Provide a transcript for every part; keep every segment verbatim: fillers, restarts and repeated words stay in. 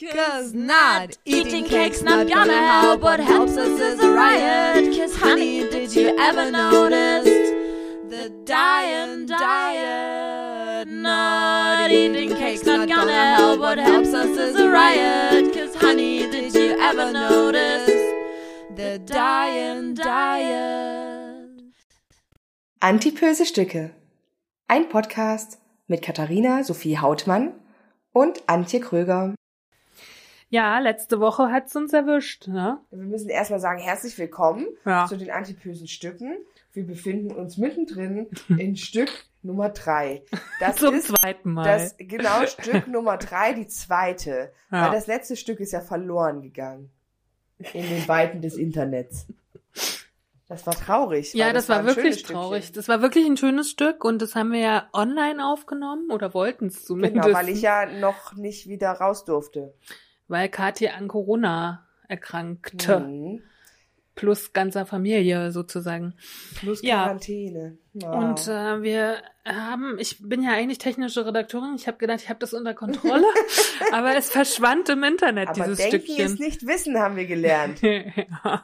'Cause not eating cake's not gonna help. What helps us is a riot. 'Cause honey, did you ever notice the dying diet? Not eating cake's not gonna help. What helps us is a riot. 'Cause honey, did you ever notice the dying diet? Antipöse Stücke. Ein Podcast mit Katharina Sophie Hautmann und Antje Kröger. Ja, letzte Woche hat's uns erwischt, ne? Wir müssen erstmal sagen, herzlich willkommen Ja. zu den Antipösen Stücken. Wir befinden uns mittendrin in Stück Nummer drei. Das Zum ist zweiten Mal. das, genau, Stück Nummer drei, die zweite. Ja. Weil das letzte Stück ist ja verloren gegangen. In den Weiten des Internets. Das war traurig. Ja, weil das, war ein wirklich schönes traurig. Stückchen. Das war wirklich ein schönes Stück und das haben wir ja online aufgenommen oder wollten es zumindest. Genau, weil ich ja noch nicht wieder raus durfte. Weil Katja an Corona erkrankte. Mhm. Plus ganzer Familie sozusagen. Plus Ja. Quarantäne. Ja. Und äh, wir haben, ich bin ja eigentlich technische Redakteurin, ich habe gedacht, ich habe das unter Kontrolle, aber es verschwand im Internet, Aber dieses denken Stückchen. ist nicht wissen, haben wir gelernt. Ja.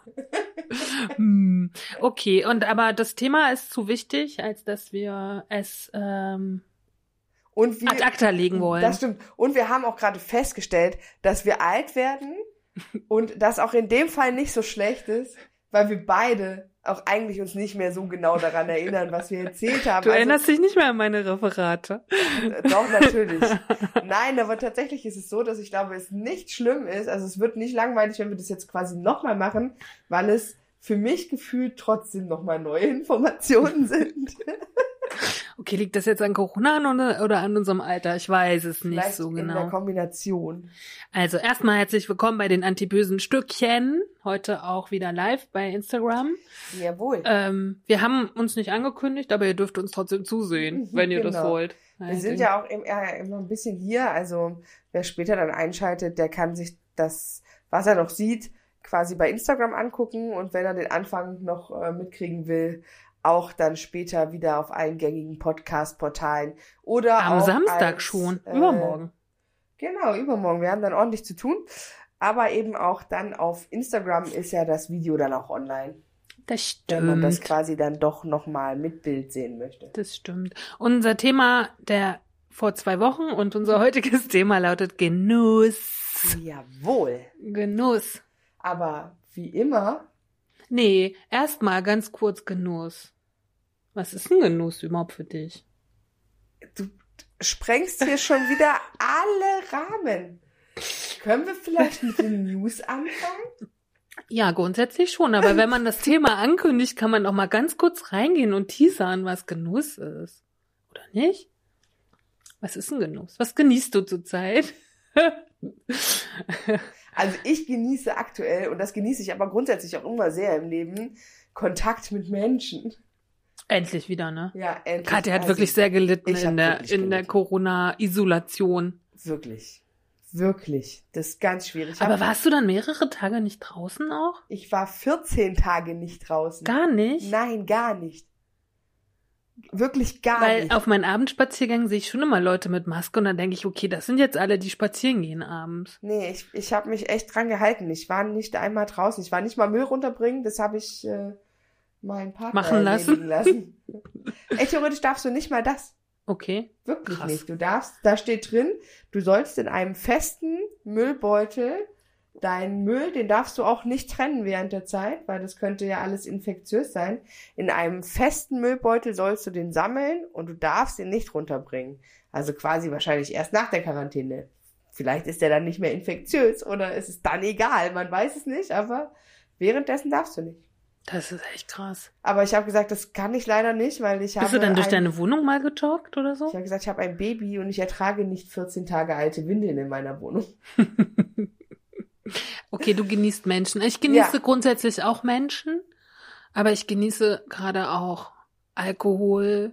Hm. Okay, und aber das Thema ist zu wichtig, als dass wir es ähm, Und wir, ad acta legen wollen. Das stimmt. Und wir haben auch gerade festgestellt, dass wir alt werden und das auch in dem Fall nicht so schlecht ist, weil wir beide auch eigentlich uns nicht mehr so genau daran erinnern, was wir erzählt haben. Du Also, erinnerst dich nicht mehr an meine Referate. äh, Doch, natürlich. Nein, aber tatsächlich ist es so, dass ich glaube, es nicht schlimm ist. Also es wird nicht langweilig, wenn wir das jetzt quasi nochmal machen, weil es für mich gefühlt trotzdem nochmal neue Informationen sind. Okay, liegt das jetzt an Corona an oder, oder an unserem Alter? Ich weiß es nicht Vielleicht so in der genau. Kombination. Also erstmal herzlich willkommen bei den Antibösen Stückchen. Heute auch wieder live bei Instagram. Jawohl. Ähm, wir haben uns nicht angekündigt, aber ihr dürft uns trotzdem zusehen, wenn ihr das Genau. wollt. Wir sind ja auch im, äh, immer ein bisschen hier, also wer später dann einschaltet, der kann sich das, was er noch sieht, quasi bei Instagram angucken und wenn er den Anfang noch äh, mitkriegen will, auch dann später wieder auf allen gängigen Podcast-Portalen oder Am auch Samstag als, schon, äh, übermorgen. Genau, übermorgen. Wir haben dann ordentlich zu tun, aber eben auch dann auf Instagram ist ja das Video dann auch online, Das wenn man das stimmt. quasi dann doch nochmal mit Bild sehen möchte. Das stimmt. Unser Thema der vor zwei Wochen und unser heutiges Thema lautet Genuss. Jawohl. Genuss. Aber wie immer, Nee, erstmal ganz kurz Genuss. Was ist ein Genuss überhaupt für dich? du sprengst hier schon wieder alle Rahmen. Können wir vielleicht mit den News anfangen? Ja, grundsätzlich schon, aber wenn man das Thema ankündigt, kann man auch mal ganz kurz reingehen und teasern, was Genuss ist. Oder nicht? Was ist ein Genuss? Was genießt du zurzeit? Also ich genieße aktuell, und das genieße ich aber grundsätzlich auch immer sehr im Leben, Kontakt mit Menschen. Endlich wieder, ne? Ja, endlich. Katja hat Also, wirklich sehr gelitten ich hab in der, wirklich in der gelitten. Corona-Isolation. Wirklich. Wirklich. Das ist ganz schwierig. Ich, Aber hab, warst du dann mehrere Tage nicht draußen auch? ich war vierzehn Tage nicht draußen. Gar nicht? Nein, gar nicht. Wirklich gar Weil nicht. auf meinen Abendspaziergängen sehe ich schon immer Leute mit Maske und dann denke ich, okay, das sind jetzt alle, die spazieren gehen abends. Nee, ich, ich habe mich echt dran gehalten. Ich war nicht einmal draußen. Ich war nicht mal Müll runterbringen. Das habe ich äh, meinen Partner Machen lassen? erledigen lassen. Echt, theoretisch darfst du nicht mal das. Okay. Wirklich Krass. nicht. Du darfst, da steht drin, du sollst in einem festen Müllbeutel deinen Müll, den darfst du auch nicht trennen während der Zeit, weil das könnte ja alles infektiös sein. In einem festen Müllbeutel sollst du den sammeln und du darfst ihn nicht runterbringen. Also quasi wahrscheinlich erst nach der Quarantäne. Vielleicht ist der dann nicht mehr infektiös oder es ist dann egal, man weiß es nicht, aber währenddessen darfst du nicht. Das ist echt krass. Aber ich habe gesagt, das kann ich leider nicht, weil ich habe Bist du dann durch ein, deine Wohnung mal gejoggt oder so? ich habe gesagt, ich habe ein Baby und ich ertrage nicht vierzehn Tage alte Windeln in meiner Wohnung. Okay, du genießt Menschen. Ich genieße Ja. grundsätzlich auch Menschen, aber ich genieße gerade auch Alkohol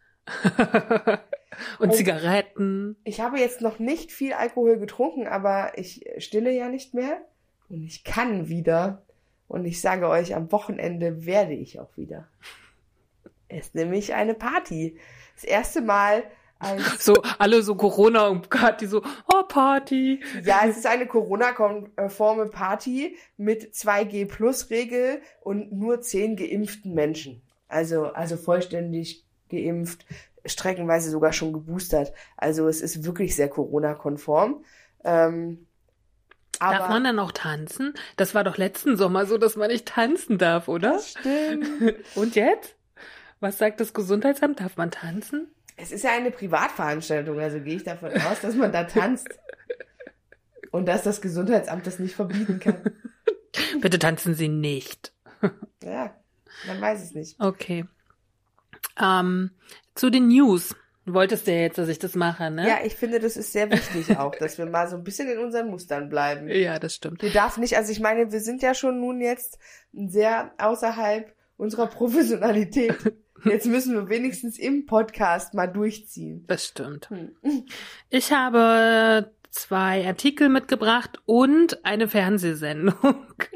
und Oh. Zigaretten. Ich habe jetzt noch nicht viel Alkohol getrunken, aber ich stille ja nicht mehr und ich kann wieder. Und ich sage euch, am Wochenende werde ich auch wieder. Es ist nämlich eine Party. Das erste Mal als... So, alle so Corona und Kathi so, oh, Party. Ja, es ist eine Corona-konforme Party mit zwei G Plus Regel und nur zehn geimpften Menschen. Also, also vollständig geimpft, streckenweise sogar schon geboostert. Also es ist wirklich sehr Corona-konform. Ähm, aber darf man dann auch tanzen? Das war doch letzten Sommer so, dass man nicht tanzen darf, oder? Das stimmt. Und jetzt? Was sagt das Gesundheitsamt? Darf man tanzen? Es ist ja eine Privatveranstaltung, also gehe ich davon aus, dass man da tanzt. Und dass das Gesundheitsamt das nicht verbieten kann. Bitte tanzen Sie nicht. Ja, man weiß es nicht. Okay. Ähm, zu den News. Du wolltest ja jetzt, dass ich das mache, ne? Ja, ich finde, das ist sehr wichtig auch, dass wir mal so ein bisschen in unseren Mustern bleiben. Ja, das stimmt. Wir darf nicht, also ich meine, wir sind ja schon nun jetzt sehr außerhalb unserer Professionalität. Jetzt müssen wir wenigstens im Podcast mal durchziehen. Das stimmt. Hm. Ich habe zwei Artikel mitgebracht und eine Fernsehsendung.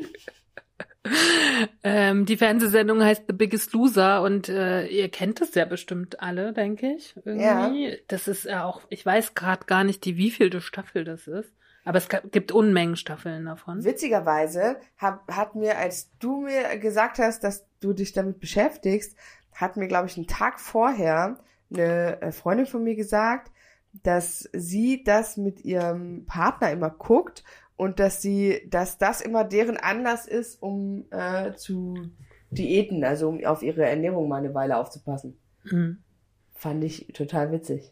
ähm, die Fernsehsendung heißt The Biggest Loser und äh, ihr kennt das ja bestimmt alle, denke ich. Irgendwie. Ja. Das ist ja auch, ich weiß gerade gar nicht, die wievielte Staffel das ist. Aber es gibt Unmengen Staffeln davon. Witzigerweise hab, hat mir, als du mir gesagt hast, dass du dich damit beschäftigst, hat mir, glaube ich, einen Tag vorher eine Freundin von mir gesagt, dass sie das mit ihrem Partner immer guckt und dass sie, dass das immer deren Anlass ist, um äh, zu diäten, also um auf ihre Ernährung mal eine Weile aufzupassen. Mhm. Fand ich total witzig.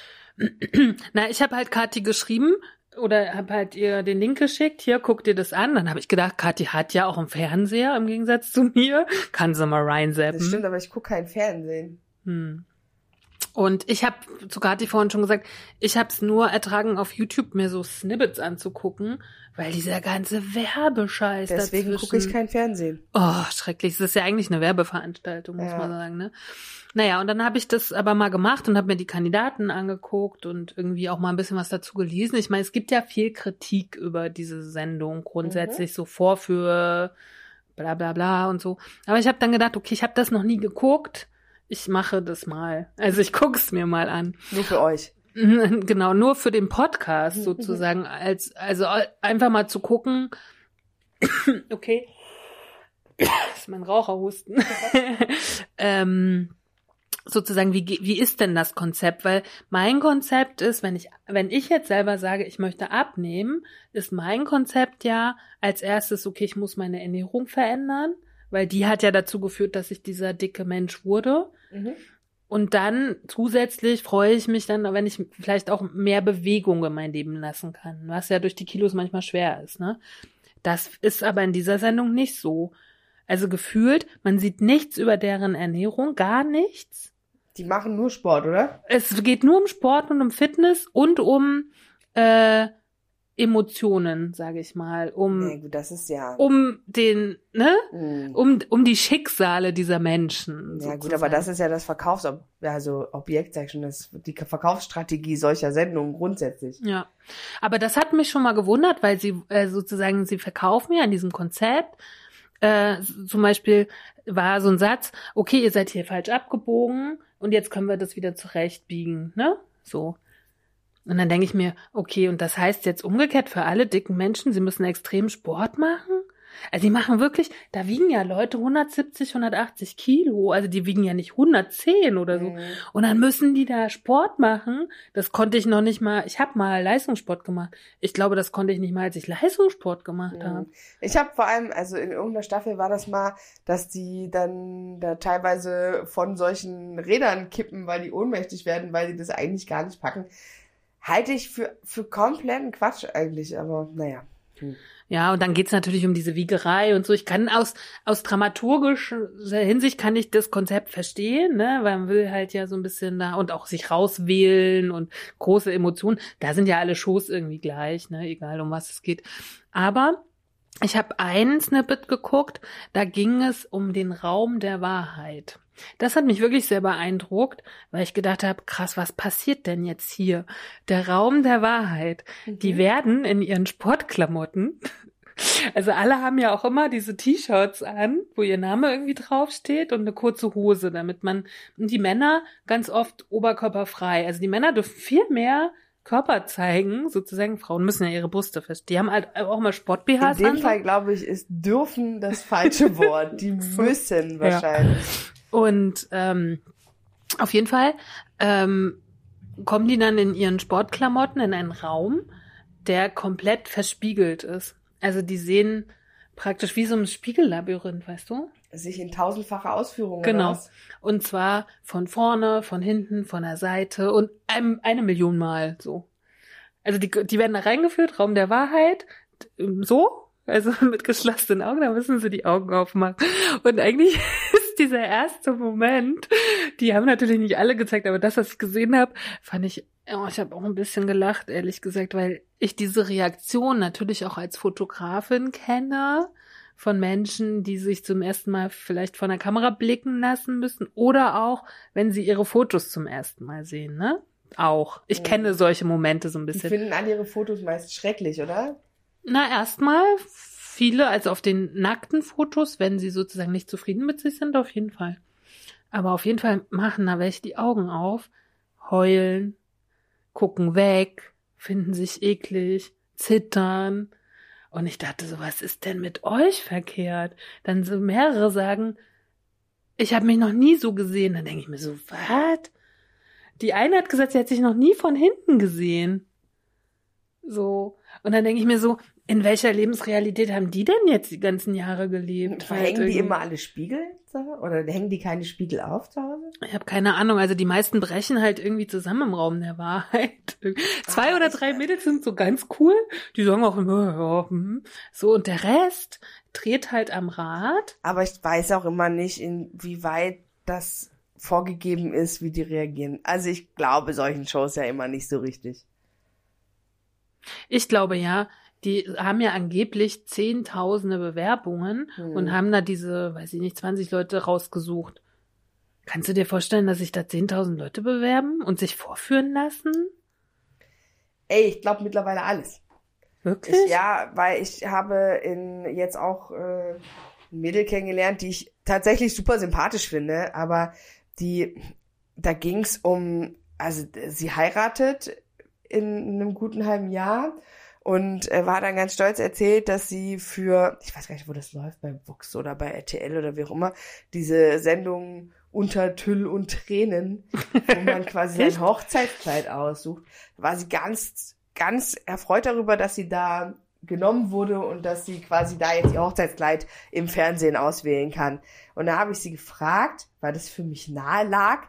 Na, ich habe halt Kathi geschrieben oder habe halt ihr den Link geschickt, hier, guck dir das an. Dann habe ich gedacht, Kathi hat ja auch einen Fernseher im Gegensatz zu mir. Kann sie mal reinseppen. Das stimmt, aber ich gucke kein Fernsehen. Hm. Und ich habe zu Kathi vorhin schon gesagt, ich habe es nur ertragen, auf YouTube mir so Snippets anzugucken, weil dieser ganze Werbescheiß Deswegen dazwischen... gucke ich kein Fernsehen. Oh, schrecklich. Das ist ja eigentlich eine Werbeveranstaltung, muss ja. man sagen, ne? Naja, und dann habe ich das aber mal gemacht und habe mir die Kandidaten angeguckt und irgendwie auch mal ein bisschen was dazu gelesen. Ich meine, es gibt ja viel Kritik über diese Sendung, grundsätzlich mhm. so Vorführ, bla bla bla und so. Aber ich habe dann gedacht, okay, ich habe das noch nie geguckt. Ich mache das mal. Also ich gucke es mir mal an. Nur für euch. Genau, nur für den Podcast sozusagen. als Also einfach mal zu gucken, okay, das ist mein Raucherhusten, ähm, sozusagen, wie wie ist denn das Konzept? Weil mein Konzept ist, wenn ich wenn ich jetzt selber sage, ich möchte abnehmen, ist mein Konzept ja als erstes, okay, ich muss meine Ernährung verändern, weil die hat ja dazu geführt, dass ich dieser dicke Mensch wurde. Mhm. Und dann zusätzlich freue ich mich dann, wenn ich vielleicht auch mehr Bewegung in mein Leben lassen kann, was ja durch die Kilos manchmal schwer ist, ne? Das ist aber in dieser Sendung nicht so. Also gefühlt, man sieht nichts über deren Ernährung, gar nichts. Die machen nur Sport, oder? Es geht nur um Sport und um Fitness und um äh, Emotionen, sage ich mal, um nee, gut, das ist ja um den, ne, mm. um um die Schicksale dieser Menschen. Ja sozusagen. Gut, aber das ist ja das Verkaufs, also Objekt, sag ich schon, das die Verkaufsstrategie solcher Sendungen grundsätzlich. Ja, aber das hat mich schon mal gewundert, weil sie äh, sozusagen sie verkaufen ja an diesem Konzept. Äh, zum Beispiel war so ein Satz: Okay, ihr seid hier falsch abgebogen und jetzt können wir das wieder zurechtbiegen, ne? So. Und dann denke ich mir, okay, und das heißt jetzt umgekehrt für alle dicken Menschen, sie müssen extrem Sport machen? Also die machen wirklich, da wiegen ja Leute hundertsiebzig, hundertachtzig Kilo, also die wiegen ja nicht hundertzehn oder so. Mhm. Und dann müssen die da Sport machen. Das konnte ich noch nicht mal, ich habe mal Leistungssport gemacht. Ich glaube, das konnte ich nicht mal, als ich Leistungssport gemacht mhm. habe. Ich habe vor allem, also in irgendeiner Staffel war das mal, dass die dann da teilweise von solchen Rädern kippen, weil die ohnmächtig werden, weil die das eigentlich gar nicht packen. Halte ich für, für kompletten Quatsch eigentlich, aber naja. Hm. Ja, und dann geht's natürlich um diese Wiegerei und so. Ich kann aus aus dramaturgischer Hinsicht kann ich das Konzept verstehen, ne, weil man will halt ja so ein bisschen da und auch sich rauswählen und große Emotionen. Da sind ja alle Shows irgendwie gleich, ne, egal um was es geht. Aber ich habe einen Snippet geguckt, da ging es um den Raum der Wahrheit. Das hat mich wirklich sehr beeindruckt, weil ich gedacht habe, krass, was passiert denn jetzt hier? Der Raum der Wahrheit. Mhm. Die werden in ihren Sportklamotten Also alle haben ja auch immer diese T-Shirts an, wo ihr Name irgendwie draufsteht und eine kurze Hose, damit man, und die Männer ganz oft oberkörperfrei. Also die Männer dürfen viel mehr Körper zeigen, sozusagen. Frauen müssen ja ihre Brüste fest. Die haben halt auch mal Sport-B Hs In dem an. Fall, glaube ich, ist dürfen das falsche Wort. Die müssen wahrscheinlich. Ja. Und ähm, auf jeden Fall ähm, kommen die dann in ihren Sportklamotten in einen Raum, der komplett verspiegelt ist. Also die sehen praktisch wie so ein Spiegellabyrinth, weißt du? Sich in tausendfache Ausführungen. Genau. Raus. Und zwar von vorne, von hinten, von der Seite und ein, eine Million Mal so. Also die, die werden da reingeführt, Raum der Wahrheit, so, also mit geschlossenen Augen, da müssen sie die Augen aufmachen. Und eigentlich ist dieser erste Moment, die haben natürlich nicht alle gezeigt, aber das, was ich gesehen habe, fand ich, oh, ich habe auch ein bisschen gelacht, ehrlich gesagt, weil ich diese Reaktion natürlich auch als Fotografin kenne, von Menschen, die sich zum ersten Mal vielleicht von der Kamera blicken lassen müssen oder auch, wenn sie ihre Fotos zum ersten Mal sehen, ne? Auch. Ich Mhm. kenne solche Momente so ein Die bisschen. finden alle ihre Fotos meist schrecklich, oder? Na, erstmal viele, also auf den nackten Fotos, wenn sie sozusagen nicht zufrieden mit sich sind, auf jeden Fall. Aber auf jeden Fall machen da welche die Augen auf, heulen, gucken weg, finden sich eklig, zittern. Und ich dachte so, was ist denn mit euch verkehrt? Dann so mehrere sagen, ich habe mich noch nie so gesehen. Dann denke ich mir so, was? Die eine hat gesagt, sie hat sich noch nie von hinten gesehen. So. Und dann denke ich mir so, in welcher Lebensrealität haben die denn jetzt die ganzen Jahre gelebt? Verhängen die immer alle Spiegel? Oder hängen die keine Spiegel auf zu Hause? Ich habe keine Ahnung. Also die meisten brechen halt irgendwie zusammen im Raum der Wahrheit. Zwei Ah, oder drei Mädels sind so ganz cool. Die sagen auch immer, ja, hm. So, und der Rest dreht halt am Rad. Aber ich weiß auch immer nicht, inwieweit das vorgegeben ist, wie die reagieren. Also ich glaube solchen Shows ja immer nicht so richtig. Ich glaube ja, die haben ja angeblich zehntausende Bewerbungen Hm. und haben da diese, weiß ich nicht, zwanzig Leute rausgesucht. Kannst du dir vorstellen, dass sich da zehntausend Leute bewerben und sich vorführen lassen? Ey, ich glaube mittlerweile alles. Wirklich? Ich, ja, weil ich habe in jetzt auch äh, ein Mädel kennengelernt, die ich tatsächlich super sympathisch finde, aber die, da ging's um, also sie heiratet in einem guten halben Jahr und äh, war dann ganz stolz erzählt, dass sie für, ich weiß gar nicht, wo das läuft, bei Vox oder bei R T L oder wie auch immer, diese Sendung Unter Tüll und Tränen, wo man quasi sein Hochzeitskleid aussucht, war sie ganz, ganz erfreut darüber, dass sie da genommen wurde und dass sie quasi da jetzt ihr Hochzeitskleid im Fernsehen auswählen kann. Und da habe ich sie gefragt, weil das für mich nahe lag,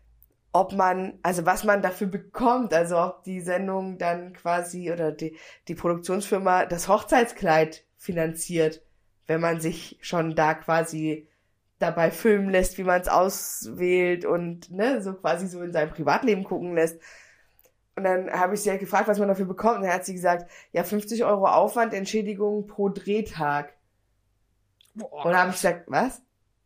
ob man, also was man dafür bekommt, also ob die Sendung dann quasi oder die, die Produktionsfirma das Hochzeitskleid finanziert, wenn man sich schon da quasi dabei filmen lässt, wie man es auswählt und ne, so quasi so in seinem Privatleben gucken lässt. Und dann habe ich sie halt gefragt, was man dafür bekommt. Und dann hat sie gesagt, ja, fünfzig Euro Aufwandentschädigung pro Drehtag. Boah. Und dann habe ich gesagt, was?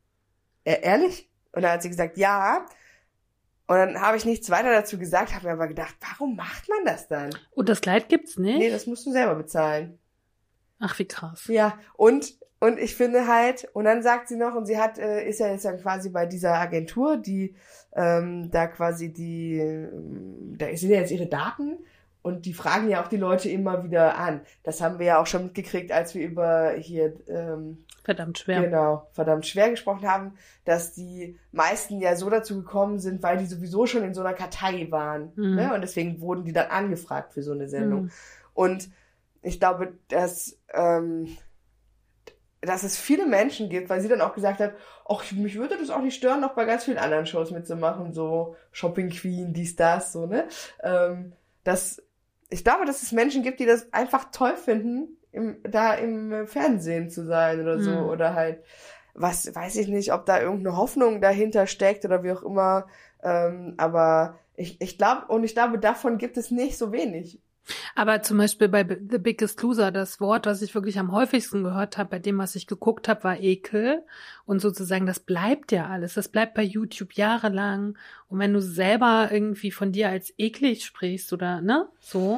E- ehrlich? Und dann hat sie gesagt, ja. Und dann habe ich nichts weiter dazu gesagt, habe mir aber gedacht, warum macht man das dann? Und das Kleid gibt's nicht? Nee, das musst du selber bezahlen. Ach, wie krass. Ja, und und ich finde halt, und dann sagt sie noch, und sie hat, äh, ist ja jetzt dann quasi bei dieser Agentur, die ähm, da quasi die, ähm, da sind ja jetzt ihre Daten und die fragen ja auch die Leute immer wieder an. Das haben wir ja auch schon mitgekriegt, als wir über hier ähm, Verdammt schwer. Genau, verdammt schwer gesprochen haben, dass die meisten ja so dazu gekommen sind, weil die sowieso schon in so einer Kartei waren. Mhm. Ne? Und deswegen wurden die dann angefragt für so eine Sendung. Mhm. Und ich glaube, dass, ähm, dass es viele Menschen gibt, weil sie dann auch gesagt hat, ach, mich würde das auch nicht stören, noch bei ganz vielen anderen Shows mitzumachen, so Shopping Queen, dies, das, so, ne? Ähm, dass ich glaube, dass es Menschen gibt, die das einfach toll finden, im, da im Fernsehen zu sein oder so, Mhm. oder halt, was, weiß ich nicht, ob da irgendeine Hoffnung dahinter steckt oder wie auch immer, ähm, aber ich, ich glaube, und ich glaube, davon gibt es nicht so wenig. Aber zum Beispiel bei The Biggest Loser, das Wort, was ich wirklich am häufigsten gehört habe, bei dem, was ich geguckt habe, war Ekel. Und sozusagen, das bleibt ja alles. Das bleibt bei YouTube jahrelang. Und wenn du selber irgendwie von dir als eklig sprichst oder, ne, so,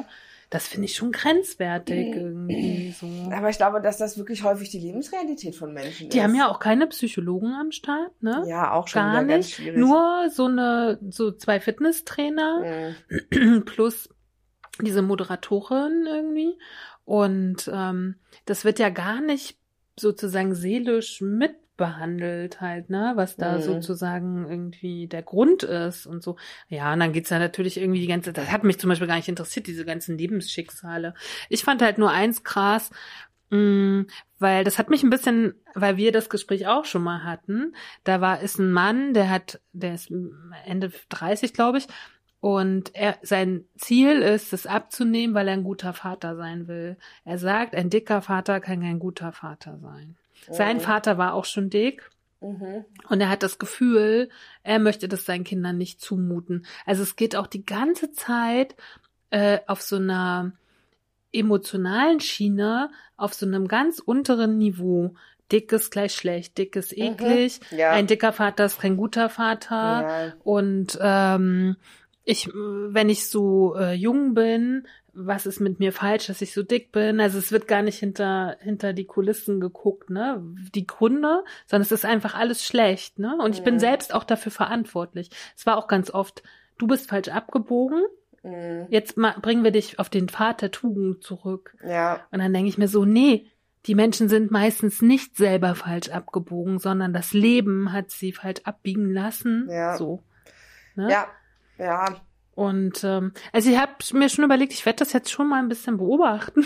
Das finde ich schon grenzwertig irgendwie so. Aber ich glaube, dass das wirklich häufig die Lebensrealität von Menschen Die ist. haben ja auch keine Psychologen am Start, ne? Ja, auch schon Gar wieder ganz nicht. schwierig. Nur so eine, so zwei Fitnesstrainer Mhm. plus diese Moderatorin irgendwie. Und ähm, das wird ja gar nicht sozusagen seelisch mitbehandelt halt, ne, was da Mhm. sozusagen irgendwie der Grund ist und so. Ja, und dann geht's ja natürlich irgendwie die ganze, das hat mich zum Beispiel gar nicht interessiert, diese ganzen Lebensschicksale. Ich fand halt nur eins krass, mh, weil das hat mich ein bisschen, weil wir das Gespräch auch schon mal hatten, da war, ist ein Mann, der hat, der ist Ende dreißig, glaube ich, und er, sein Ziel ist, es abzunehmen, weil er ein guter Vater sein will. Er sagt, ein dicker Vater kann kein guter Vater sein. Mhm. Sein Vater war auch schon dick Mhm. und er hat das Gefühl, er möchte das seinen Kindern nicht zumuten. Also es geht auch die ganze Zeit äh, auf so einer emotionalen Schiene, auf so einem ganz unteren Niveau. Dick ist gleich schlecht, dick ist eklig, Mhm. Ja. ein dicker Vater ist kein guter Vater. Ja. Und ähm, ich, wenn ich so äh, jung bin, was ist mit mir falsch, dass ich so dick bin? Also es wird gar nicht hinter hinter die Kulissen geguckt, ne? Die Gründe, sondern es ist einfach alles schlecht, ne? Und ich bin Mhm. selbst auch dafür verantwortlich. Es war auch ganz oft, du bist falsch abgebogen, Mhm. jetzt ma- bringen wir dich auf den Pfad der Tugend zurück. Ja. Und dann denke ich mir so, nee, die Menschen sind meistens nicht selber falsch abgebogen, sondern das Leben hat sie falsch abbiegen lassen. Ja. So. Ne? Ja. Ja. Und ähm, also ich habe mir schon überlegt, ich werde das jetzt schon mal ein bisschen beobachten.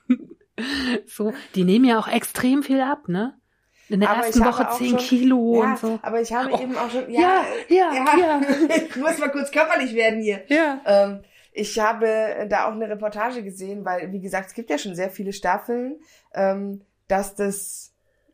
So, die nehmen ja auch extrem viel ab, ne? In der Aber ersten ich habe Woche auch zehn schon- Kilo Ja, und so. aber ich habe Oh. eben auch schon, Ja, ja, ja. ich muss mal kurz körperlich werden hier. Ja. Ähm, ich habe da auch eine Reportage gesehen, weil, wie gesagt, es gibt ja schon sehr viele Staffeln, ähm, dass das,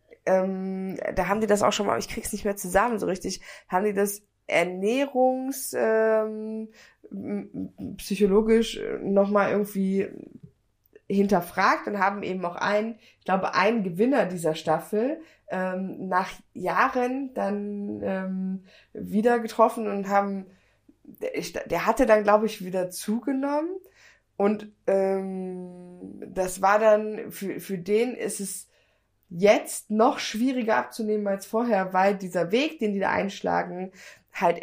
ähm, da haben die das auch schon mal, ich krieg's nicht mehr zusammen so richtig, haben die das ernährungs, ähm, m- psychologisch nochmal irgendwie hinterfragt und haben eben auch einen, ich glaube, einen Gewinner dieser Staffel ähm, nach Jahren dann ähm, wieder getroffen und haben, der, ich- der hatte dann, glaube ich, wieder zugenommen und ähm, das war dann, für, für den ist es jetzt noch schwieriger abzunehmen als vorher, weil dieser Weg, den die da einschlagen, halt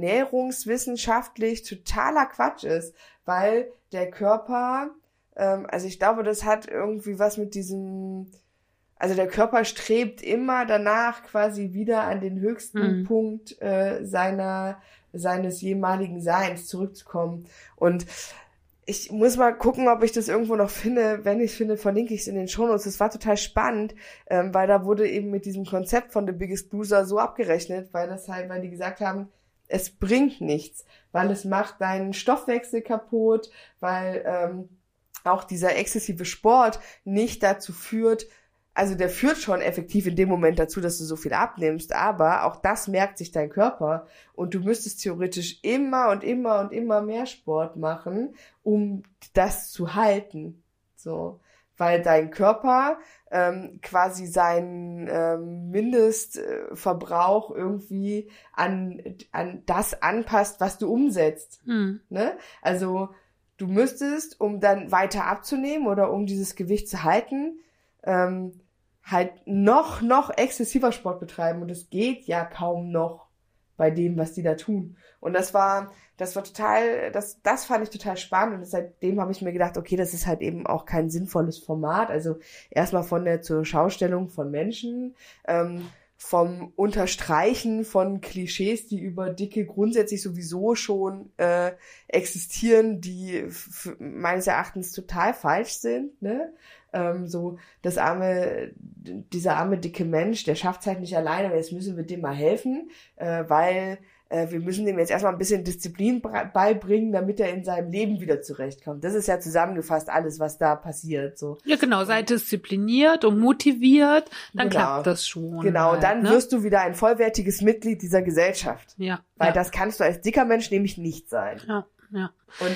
ernährungswissenschaftlich totaler Quatsch ist, weil der Körper, ähm, also ich glaube, das hat irgendwie was mit diesem, also der Körper strebt immer danach quasi wieder an den höchsten Mhm. Punkt äh, seiner seines jemaligen Seins zurückzukommen. Und ich muss mal gucken, ob ich das irgendwo noch finde. Wenn ich finde, verlinke ich es in den Shownotes. Das war total spannend, ähm, weil da wurde eben mit diesem Konzept von The Biggest Loser so abgerechnet, weil das halt, weil die gesagt haben, es bringt nichts, weil es macht deinen Stoffwechsel kaputt, weil ähm, auch dieser exzessive Sport nicht dazu führt, also der führt schon effektiv in dem Moment dazu, dass du so viel abnimmst, aber auch das merkt sich dein Körper und du müsstest theoretisch immer und immer und immer mehr Sport machen, um das zu halten, so, weil dein Körper ähm, quasi seinen ähm, Mindestverbrauch irgendwie an an das anpasst, was du umsetzt, Hm. ne? Also du müsstest, um dann weiter abzunehmen oder um dieses Gewicht zu halten, ähm, halt noch, noch exzessiver Sport betreiben. Und es geht ja kaum noch bei dem, was die da tun. Und das war, das war total, das, das fand ich total spannend. Und seitdem habe ich mir gedacht, okay, das ist halt eben auch kein sinnvolles Format. Also erstmal von der zur Schaustellung von Menschen, ähm, vom Unterstreichen von Klischees, die über Dicke grundsätzlich sowieso schon äh, existieren, die f- meines Erachtens total falsch sind, ne? Ähm, so das arme, dieser arme dicke Mensch, der schafft es halt nicht alleine, aber jetzt müssen wir dem mal helfen, äh, weil äh, wir müssen dem jetzt erstmal ein bisschen Disziplin bra- beibringen, damit er in seinem Leben wieder zurechtkommt. Das ist ja zusammengefasst alles, was da passiert. So. Ja, genau, sei diszipliniert und motiviert, dann Genau. klappt das schon. Genau, halt, und dann ne? wirst du wieder ein vollwertiges Mitglied dieser Gesellschaft. Ja. Weil ja, das kannst du als dicker Mensch nämlich nicht sein. ja, ja.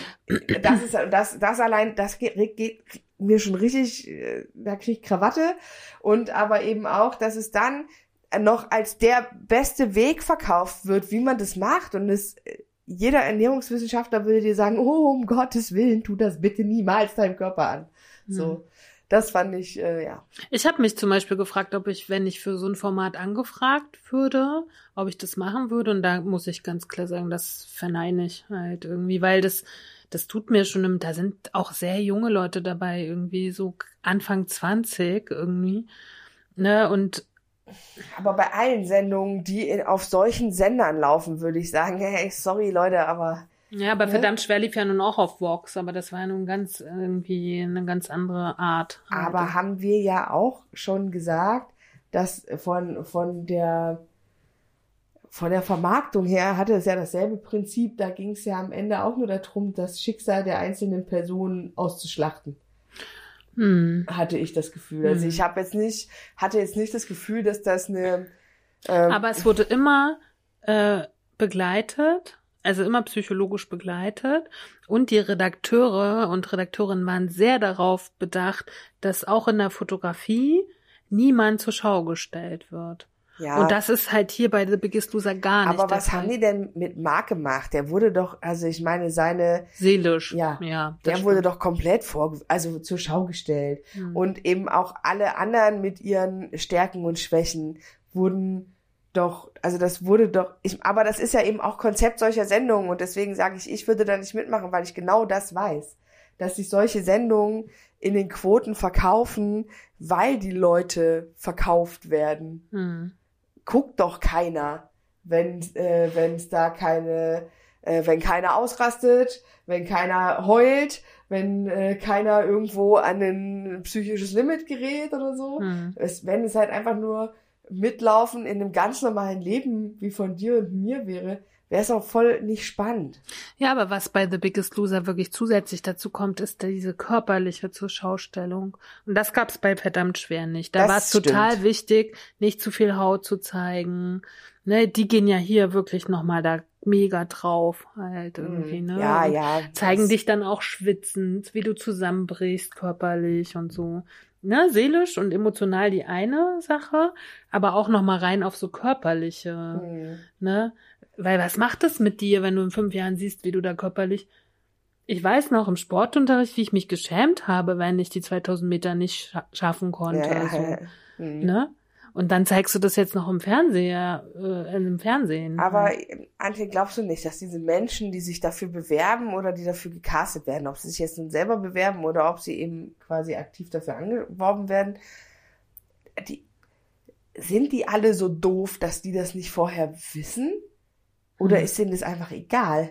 Und das ist das das allein, das geht, geht mir schon richtig, äh, da krieg ich Krawatte. Und aber eben auch, dass es dann noch als der beste Weg verkauft wird, wie man das macht. Und es jeder Ernährungswissenschaftler würde dir sagen, oh, um Gottes Willen, tu das bitte niemals deinem Körper an. So, hm. das fand ich, äh, ja. Ich habe mich zum Beispiel gefragt, ob ich, wenn ich für so ein Format angefragt würde, ob ich das machen würde. Und da muss ich ganz klar sagen, das verneine ich halt irgendwie, weil das, das tut mir schon, im, da sind auch sehr junge Leute dabei, irgendwie so Anfang zwanzig irgendwie, ne, und aber bei allen Sendungen, die in, auf solchen Sendern laufen, würde ich sagen, hey, sorry Leute, aber... Ja, aber ne? verdammt schwer lief ja nun auch auf Vox, aber das war ja nun ganz irgendwie eine ganz andere Art. Aber halt. Haben wir ja auch schon gesagt, dass von, von der von der Vermarktung her hatte es ja dasselbe Prinzip, da ging es ja am Ende auch nur darum, das Schicksal der einzelnen Personen auszuschlachten. Hm. Hatte ich das Gefühl. Also hm. ich habe jetzt nicht, hatte jetzt nicht das Gefühl, dass das eine... Ähm, Aber es wurde immer äh, begleitet, also immer psychologisch begleitet, und die Redakteure und Redakteurinnen waren sehr darauf bedacht, dass auch in der Fotografie niemand zur Schau gestellt wird. Ja. Und das ist halt hier bei The Biggest Loser gar nicht. Aber was haben die denn mit Marc gemacht? Der wurde doch, also ich meine, seine... Seelisch. Ja, ja der wurde doch komplett vor, also zur Schau gestellt. Hm. Und eben auch alle anderen mit ihren Stärken und Schwächen wurden doch, also das wurde doch, ich, aber das ist ja eben auch Konzept solcher Sendungen und deswegen sage ich, ich würde da nicht mitmachen, weil ich genau das weiß, dass sich solche Sendungen in den Quoten verkaufen, weil die Leute verkauft werden. Hm. Guckt doch keiner, wenn äh, wenn es da keine, äh, wenn keiner ausrastet, wenn keiner heult, wenn äh, keiner irgendwo an ein psychisches Limit gerät oder so. Hm. Es, wenn es halt einfach nur mitlaufen in einem ganz normalen Leben wie von dir und mir wäre, wäre es auch voll nicht spannend. Ja, aber was bei The Biggest Loser wirklich zusätzlich dazu kommt, ist diese körperliche Zurschaustellung. Und das gab es bei verdammt schwer nicht. Da war es total wichtig, nicht zu viel Haut zu zeigen. Ne, die gehen ja hier wirklich nochmal da mega drauf halt irgendwie, ne? Ja, und ja. Zeigen dich dann auch schwitzend, wie du zusammenbrichst körperlich und so. Ne, seelisch und emotional die eine Sache, aber auch nochmal rein auf so körperliche, mhm. ne? Weil was macht es mit dir, wenn du in fünf Jahren siehst, wie du da körperlich... Ich weiß noch im Sportunterricht, wie ich mich geschämt habe, wenn ich die zweitausend Meter nicht scha- schaffen konnte. Ja, so. mhm. Ne? Und dann zeigst du das jetzt noch im Fernseher, äh, im Fernsehen. Aber Antje, glaubst du nicht, dass diese Menschen, die sich dafür bewerben oder die dafür gecastet werden, ob sie sich jetzt nun selber bewerben oder ob sie eben quasi aktiv dafür angeworben werden, die, sind die alle so doof, dass die das nicht vorher wissen? Oder hm. ist denen das einfach egal?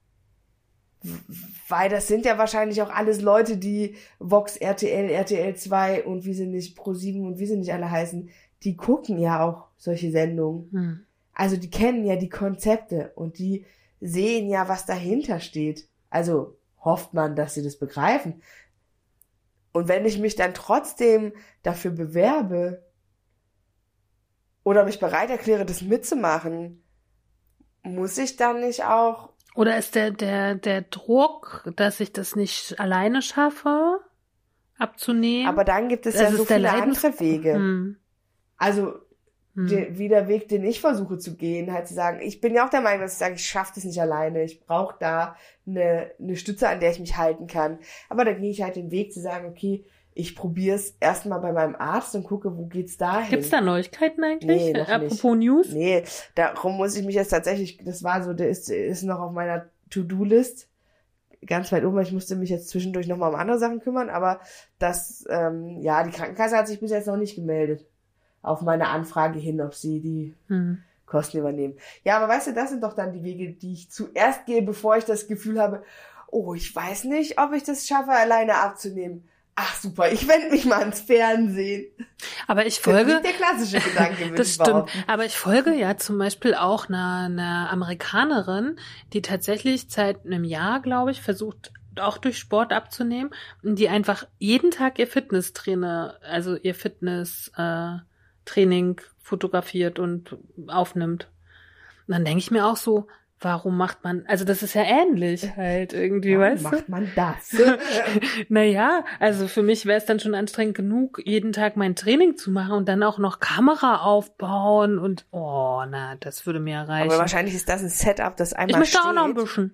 Weil das sind ja wahrscheinlich auch alles Leute, die Vox, R T L, R T L zwei und wie sie nicht, ProSieben und wie sie nicht alle heißen, die gucken ja auch solche Sendungen. Hm. Also die kennen ja die Konzepte und die sehen ja, was dahinter steht. Also hofft man, dass sie das begreifen. Und wenn ich mich dann trotzdem dafür bewerbe oder mich bereit erkläre, das mitzumachen, muss ich dann nicht auch... Oder ist der, der, der Druck, dass ich das nicht alleine schaffe, abzunehmen? Aber dann gibt es das ja so viele Leidens- andere Wege. Hm. Also hm. de, wie der Weg, den ich versuche zu gehen, halt zu sagen, ich bin ja auch der Meinung, dass ich sage, ich schaffe das nicht alleine. Ich brauche da eine, eine Stütze, an der ich mich halten kann. Aber dann gehe ich halt den Weg zu sagen, okay, ich probiere es erstmal bei meinem Arzt und gucke, wo geht's da hin. Gibt's da Neuigkeiten eigentlich? Nee, noch Apropos nicht. News? Nee, darum muss ich mich jetzt tatsächlich, das war so, der ist, ist noch auf meiner To-Do-List ganz weit oben, weil ich musste mich jetzt zwischendurch nochmal um andere Sachen kümmern, aber das, ähm, ja, die Krankenkasse hat sich bis jetzt noch nicht gemeldet auf meine Anfrage hin, ob sie die hm. Kosten übernehmen. Ja, aber weißt du, das sind doch dann die Wege, die ich zuerst gehe, bevor ich das Gefühl habe, oh, ich weiß nicht, ob ich das schaffe, alleine abzunehmen. Ach super, ich wende mich mal ans Fernsehen. Aber ich folge... Das ist nicht der klassische Gedanke, würde das ich stimmt. behaupten. Aber ich folge ja zum Beispiel auch einer, einer Amerikanerin, die tatsächlich seit einem Jahr, glaube ich, versucht, auch durch Sport abzunehmen und die einfach jeden Tag ihr Fitnesstrainer, also ihr Fitness-Training fotografiert und aufnimmt. Und dann denke ich mir auch so, warum macht man, also das ist ja ähnlich halt irgendwie, Warum weißt du? macht man das? Naja, also für mich wäre es dann schon anstrengend genug, jeden Tag mein Training zu machen und dann auch noch Kamera aufbauen und, oh, na, das würde mir reichen. Aber wahrscheinlich ist das ein Setup, das einmal ich möchte steht. auch noch ein bisschen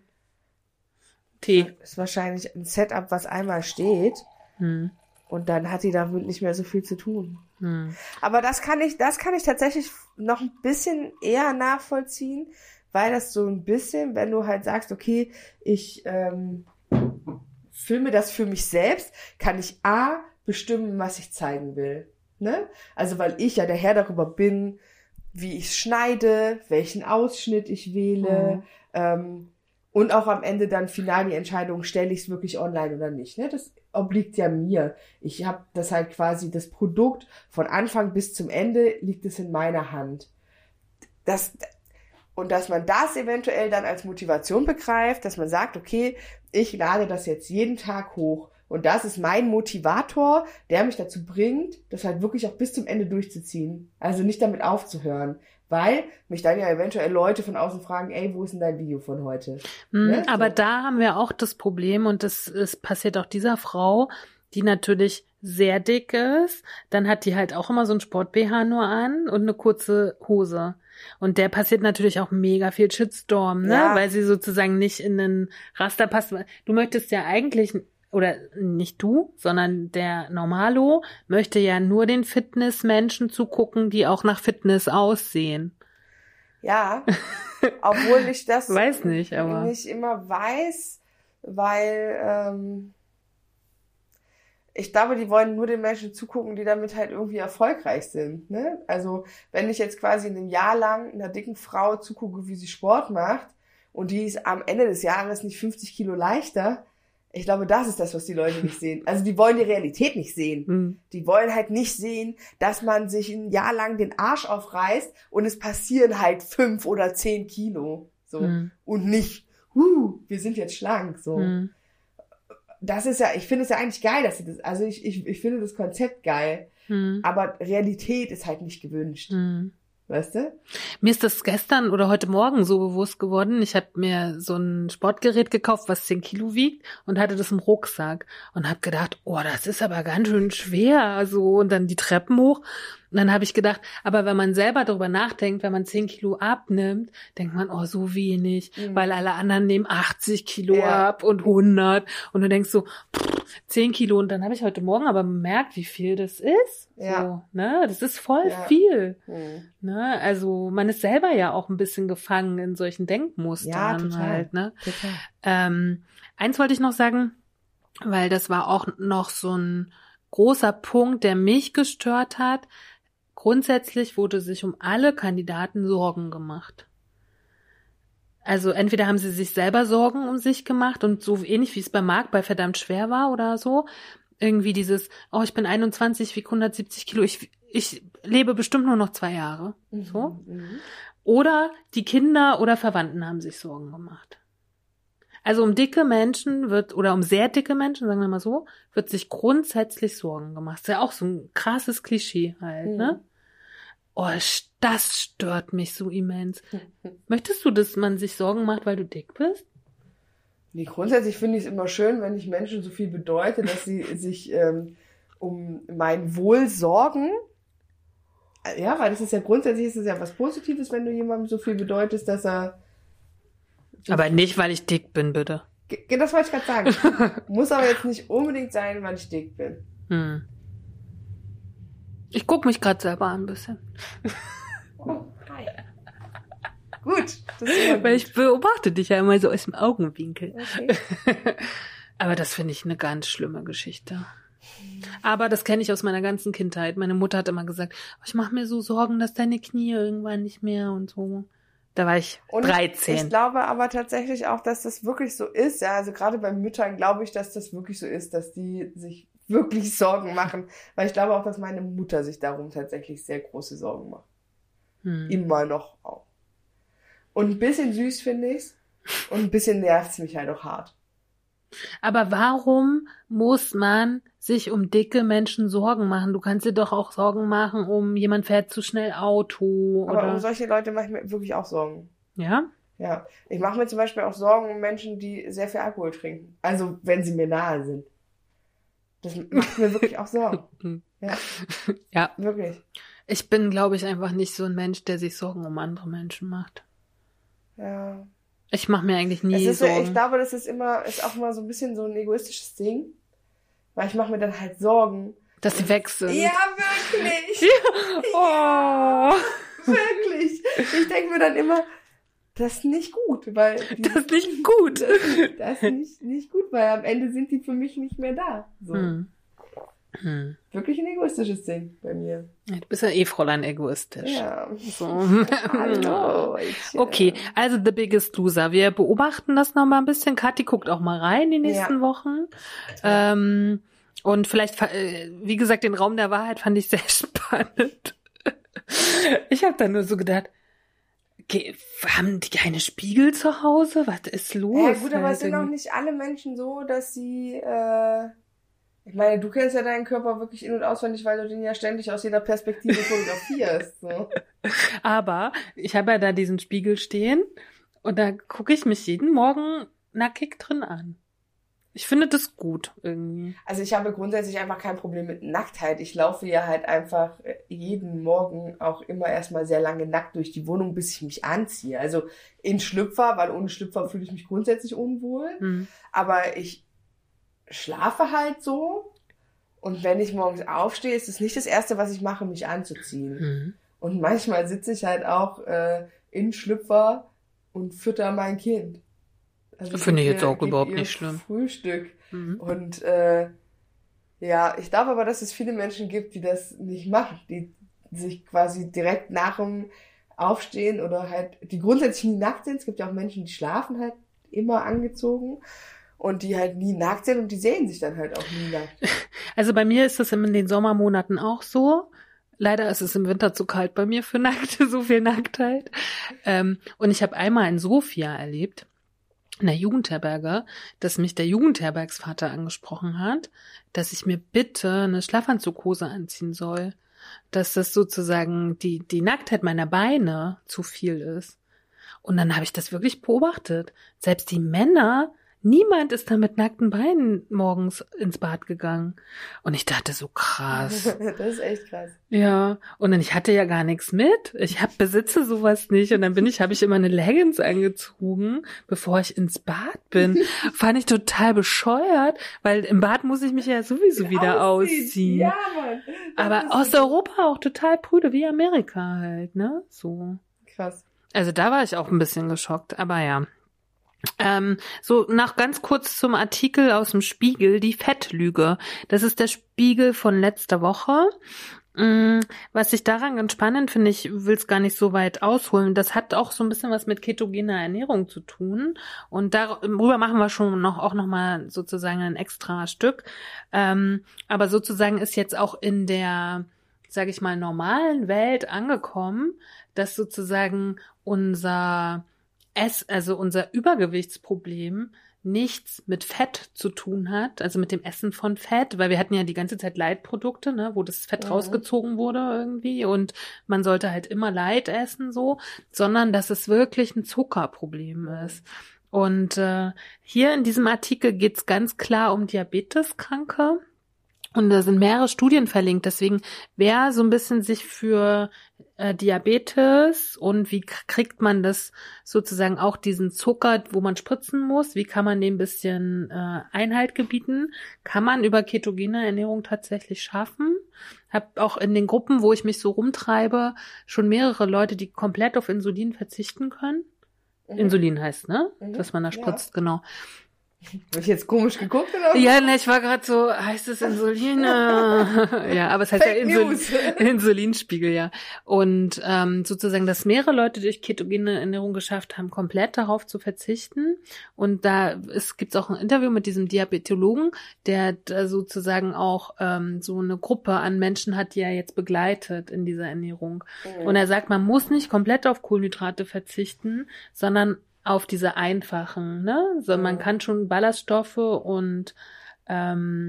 Tee. Das ist wahrscheinlich ein Setup, was einmal steht. Hm. Und dann hat die da nicht mehr so viel zu tun. Hm. Aber das kann ich, das kann ich tatsächlich noch ein bisschen eher nachvollziehen, weil das so ein bisschen, wenn du halt sagst, okay, ich ähm, filme das für mich selbst, kann ich A, bestimmen, was ich zeigen will. Ne? Also weil ich ja der Herr darüber bin, wie ich schneide, welchen Ausschnitt ich wähle, Mhm. ähm, und auch am Ende dann final die Entscheidung, stelle ich es wirklich online oder nicht. Ne? Das obliegt ja mir. Ich habe das halt quasi, das Produkt von Anfang bis zum Ende liegt es in meiner Hand. Das, und dass man das eventuell dann als Motivation begreift, dass man sagt, okay, ich lade das jetzt jeden Tag hoch und das ist mein Motivator, der mich dazu bringt, das halt wirklich auch bis zum Ende durchzuziehen. Also nicht damit aufzuhören. Weil mich dann ja eventuell Leute von außen fragen, ey, wo ist denn dein Video von heute? Mm, Ne? Aber So. da haben wir auch das Problem, und das ist, passiert auch dieser Frau, die natürlich sehr dick ist, dann hat die halt auch immer so ein Sport-B H nur an und eine kurze Hose. Und der passiert natürlich auch mega viel Shitstorm, ne? Ja. Weil sie sozusagen nicht in den Raster passt. Du möchtest ja eigentlich, oder nicht du, sondern der Normalo möchte ja nur den Fitnessmenschen zugucken, die auch nach Fitness aussehen. Ja, obwohl ich das Weiß nicht, aber- nicht immer weiß, weil ähm, ich glaube, die wollen nur den Menschen zugucken, die damit halt irgendwie erfolgreich sind. Ne? Also wenn ich jetzt quasi ein Jahr lang einer dicken Frau zugucke, wie sie Sport macht und die ist am Ende des Jahres nicht fünfzig Kilo leichter, ich glaube, das ist das, was die Leute nicht sehen. Also die wollen die Realität nicht sehen. Mhm. Die wollen halt nicht sehen, dass man sich ein Jahr lang den Arsch aufreißt und es passieren halt fünf oder zehn Kilo. So. Mhm. Und nicht, huh, wir sind jetzt schlank. So. Mhm. Das ist ja, ich finde es ja eigentlich geil, dass sie das, also ich, ich, ich finde das Konzept geil, Mhm. aber Realität ist halt nicht gewünscht. Mhm. Weißt du? Mir ist das gestern oder heute Morgen so bewusst geworden. Ich habe mir so ein Sportgerät gekauft, was zehn Kilo wiegt, und hatte das im Rucksack und habe gedacht, oh, das ist aber ganz schön schwer. So, und dann die Treppen hoch. Und dann habe ich gedacht, aber wenn man selber darüber nachdenkt, wenn man zehn Kilo abnimmt, denkt man, oh, so wenig, Mhm. weil alle anderen nehmen achtzig Kilo Ja. ab und hundert. Und du denkst so, pff, zehn Kilo. Und dann habe ich heute Morgen aber bemerkt, wie viel das ist. Ja. So, ne? Das ist voll Ja. viel. Hm. Ne, also man ist selber ja auch ein bisschen gefangen in solchen Denkmustern Ja, total. halt, ne? Total. Ähm, eins wollte ich noch sagen, weil das war auch noch so ein großer Punkt, der mich gestört hat. Grundsätzlich wurde sich um alle Kandidaten Sorgen gemacht. Also entweder haben sie sich selber Sorgen um sich gemacht und so ähnlich wie es bei Marc bei verdammt schwer war oder so. Irgendwie dieses, oh, ich bin einundzwanzig, wiege hundertsiebzig Kilo, ich, ich lebe bestimmt nur noch zwei Jahre. So. Mhm. Oder die Kinder oder Verwandten haben sich Sorgen gemacht. Also um dicke Menschen wird, oder um sehr dicke Menschen, sagen wir mal so, wird sich grundsätzlich Sorgen gemacht. Ist ja auch so ein krasses Klischee halt, Mhm. ne? Oh, das stört mich so immens. Möchtest du, dass man sich Sorgen macht, weil du dick bist? Nee, grundsätzlich finde ich es immer schön, wenn ich Menschen so viel bedeute, dass sie sich ähm, um mein Wohl sorgen. Ja, weil das ist ja grundsätzlich ist es ja was Positives, wenn du jemandem so viel bedeutest, dass er... Aber nicht, weil ich dick bin, bitte. Ge- Das wollte ich gerade sagen. Muss aber jetzt nicht unbedingt sein, weil ich dick bin. Hm. Ich guck mich gerade selber an ein bisschen. Oh, hi. Gut. Das ist immer Weil gut. ich beobachte dich ja immer so aus dem Augenwinkel. Okay. Aber das finde ich eine ganz schlimme Geschichte. Aber das kenne ich aus meiner ganzen Kindheit. Meine Mutter hat immer gesagt, oh, ich mache mir so Sorgen, dass deine Knie irgendwann nicht mehr und so. Da war ich Und dreizehn. ich glaube aber tatsächlich auch, dass das wirklich so ist. Ja, also gerade bei Müttern glaube ich, dass das wirklich so ist, dass die sich wirklich Sorgen machen. Weil ich glaube auch, dass meine Mutter sich darum tatsächlich sehr große Sorgen macht. Hm. Immer noch auch. Und ein bisschen süß finde ich's. Und ein bisschen nervt's mich halt auch hart. Aber warum muss man sich um dicke Menschen Sorgen machen? Du kannst dir doch auch Sorgen machen, um jemand fährt zu schnell Auto Aber oder um solche Leute mache ich mir wirklich auch Sorgen. ja? Ja, ich mache mir zum Beispiel auch Sorgen um Menschen, die sehr viel Alkohol trinken. Also, wenn sie mir nahe sind. Das macht mir wirklich auch Sorgen. Ja. Ja. Wirklich. Ich bin, glaube ich, einfach nicht so ein Mensch, der sich Sorgen um andere Menschen macht. Ja. Ich mache mir eigentlich nie es ist, Sorgen. Ich glaube, das ist immer, ist auch immer so ein bisschen so ein egoistisches Ding. Weil ich mache mir dann halt Sorgen. Dass sie weg sind. Ja, wirklich. Ja. Oh. Ja, wirklich. Ich denke mir dann immer, das ist nicht gut, weil... Die, das ist nicht gut. Das, das ist nicht, nicht gut, weil am Ende sind die für mich nicht mehr da. So. Hm. Hm. Wirklich ein egoistisches Ding bei mir. Ja, du bist ja eh Fräulein egoistisch. Ja. So. Hallo. Ich, Okay, also The Biggest Loser. Wir beobachten das noch mal ein bisschen. Kathi guckt auch mal rein die nächsten Ja. Wochen. Ähm, und vielleicht, äh, wie gesagt, den Raum der Wahrheit fand ich sehr spannend. Ich habe da nur so gedacht, okay, haben die keine Spiegel zu Hause? Was ist los? Ja gut, aber es sind auch nicht alle Menschen so, dass sie... Äh, ich meine, du kennst ja deinen Körper wirklich in- und auswendig, weil du den ja ständig aus jeder Perspektive fotografierst. So. Aber ich habe ja da diesen Spiegel stehen und da gucke ich mich jeden Morgen nackig drin an. Ich finde das gut irgendwie. Also ich habe grundsätzlich einfach kein Problem mit Nacktheit. Ich laufe ja halt einfach jeden Morgen auch immer erstmal sehr lange nackt durch die Wohnung, bis ich mich anziehe. Also in Schlüpfer, weil ohne Schlüpfer fühle ich mich grundsätzlich unwohl. Hm. Aber ich schlafe halt so und wenn ich morgens aufstehe, ist es nicht das Erste, was ich mache, mich anzuziehen. Hm. Und manchmal sitze ich halt auch äh, in Schlüpfer und fütter mein Kind. Also Finde ich gebe jetzt ihr- auch gebe überhaupt ihr nicht schlimm. Frühstück. Mhm. Und äh, ja, ich glaube aber, dass es viele Menschen gibt, die das nicht machen, die sich quasi direkt nach dem Aufstehen oder halt, die grundsätzlich nie nackt sind. Es gibt ja auch Menschen, die schlafen halt immer angezogen und die halt nie nackt sind und die sehen sich dann halt auch nie nackt. Also bei mir ist das in den Sommermonaten auch so. Leider ist es im Winter zu kalt bei mir für Nackte, so viel Nacktheit. Ähm, und ich habe einmal in Sofia erlebt, in der Jugendherberge, dass mich der Jugendherbergsvater angesprochen hat, dass ich mir bitte eine Schlafanzughose anziehen soll. Dass das sozusagen die, die Nacktheit meiner Beine zu viel ist. Und dann habe ich das wirklich beobachtet. Selbst die Männer, niemand ist da mit nackten Beinen morgens ins Bad gegangen. Und ich dachte so, krass. Das ist echt krass. Ja, und dann, ich hatte ja gar nichts mit. Ich hab, besitze sowas nicht. Und dann bin ich, habe ich immer eine Leggings angezogen, bevor ich ins Bad bin. Fand ich total bescheuert, weil im Bad muss ich mich ja sowieso wieder Aussieht. ausziehen. Ja, Mann. Das Aber ist Osteuropa auch total prüde, wie Amerika halt, ne? So. krass. Also da war ich auch ein bisschen geschockt, aber ja. Ähm, so, nach ganz kurz zum Artikel aus dem Spiegel, die Fettlüge. Das ist der Spiegel von letzter Woche. Mm, was ich daran ganz spannend finde, ich will es gar nicht so weit ausholen, das hat auch so ein bisschen was mit ketogener Ernährung zu tun. Und darüber machen wir schon noch auch nochmal sozusagen ein extra Stück. Ähm, aber sozusagen ist jetzt auch in der, sage ich mal, normalen Welt angekommen, dass sozusagen unser Ess, also unser Übergewichtsproblem nichts mit Fett zu tun hat, also mit dem Essen von Fett, weil wir hatten ja die ganze Zeit Leitprodukte, ne, wo das Fett Mhm. rausgezogen wurde irgendwie und man sollte halt immer Light essen so, sondern dass es wirklich ein Zuckerproblem ist. Und äh, hier in diesem Artikel geht's ganz klar um Diabeteskranke. Und da sind mehrere Studien verlinkt, deswegen wer so ein bisschen sich für äh, Diabetes und wie k- kriegt man das sozusagen auch diesen Zucker, wo man spritzen muss, wie kann man dem ein bisschen äh, Einhalt gebieten, kann man über ketogene Ernährung tatsächlich schaffen. Hab auch in den Gruppen, wo ich mich so rumtreibe, schon mehrere Leute, die komplett auf Insulin verzichten können. Mhm. Insulin heißt, ne? Mhm. Dass man da Ja. spritzt, genau. Hab ich jetzt komisch geguckt oder? Ja, ne, ich war gerade so, heißt es Insulin? Ja, aber es heißt Fake ja Insul News. Insulinspiegel, ja. Und ähm, sozusagen, dass mehrere Leute durch ketogene Ernährung geschafft haben, komplett darauf zu verzichten. Und da ist, gibt's auch ein Interview mit diesem Diabetologen, der da sozusagen auch ähm, so eine Gruppe an Menschen hat, die er jetzt begleitet in dieser Ernährung. Mhm. Und er sagt, man muss nicht komplett auf Kohlenhydrate verzichten, sondern auf diese einfachen, ne? So, man Mhm. kann schon Ballaststoffe und ähm,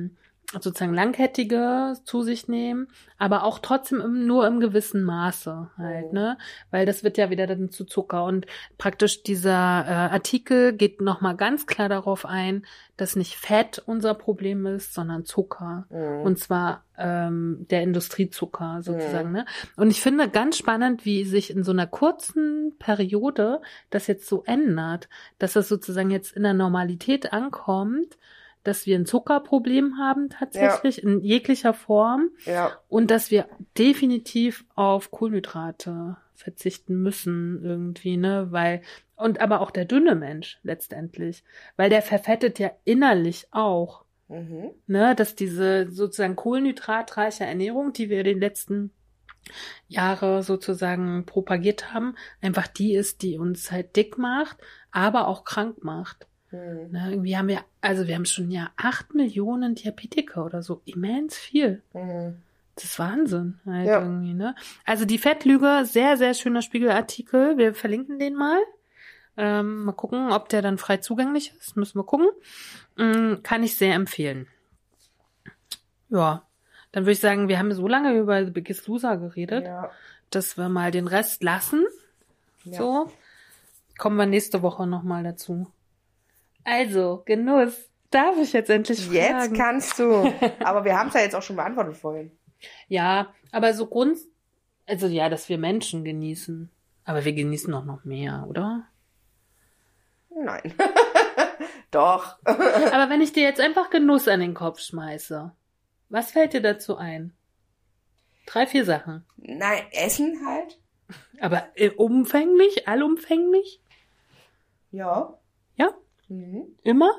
sozusagen langkettige zu sich nehmen, aber auch trotzdem im, nur im gewissen Maße halt, ne? Weil das wird ja wieder dann zu Zucker. Und praktisch dieser äh, Artikel geht nochmal ganz klar darauf ein, dass nicht Fett unser Problem ist, sondern Zucker. Mhm. Und zwar ähm, der Industriezucker sozusagen, mhm. ne? Und ich finde ganz spannend, wie sich in so einer kurzen Periode das jetzt so ändert, dass das sozusagen jetzt in der Normalität ankommt, dass wir ein Zuckerproblem haben tatsächlich ja. in jeglicher Form ja. und dass wir definitiv auf Kohlenhydrate verzichten müssen irgendwie, ne, weil und aber auch der dünne Mensch letztendlich, weil der verfettet ja innerlich auch, mhm. ne, dass diese sozusagen kohlenhydratreiche Ernährung, die wir den letzten Jahre sozusagen propagiert haben, einfach die ist, die uns halt dick macht, aber auch krank macht. Hm. Ne, irgendwie haben wir, also wir haben schon ja acht Millionen Diabetiker oder so, immens viel. Hm. Das ist Wahnsinn halt ja. irgendwie, ne? Also die Fettlüge, sehr, sehr schöner Spiegelartikel, wir verlinken den mal. Ähm, mal gucken, ob der dann frei zugänglich ist, müssen wir gucken. Ähm, kann ich sehr empfehlen. Ja, dann würde ich sagen, wir haben so lange über The Biggest Loser geredet, ja. dass wir mal den Rest lassen. Ja. So, kommen wir nächste Woche nochmal dazu. Also, Genuss. Darf ich jetzt endlich fragen? Jetzt kannst du. Aber wir haben es ja jetzt auch schon beantwortet vorhin. Ja, aber so Grund... Also ja, dass wir Menschen genießen. Aber wir genießen doch noch mehr, oder? Nein. Doch. Aber wenn ich dir jetzt einfach Genuss an den Kopf schmeiße, was fällt dir dazu ein? Drei, vier Sachen. Nein, Essen halt. Aber äh, umfänglich? Allumfänglich? Ja. Ja? Mhm. Immer?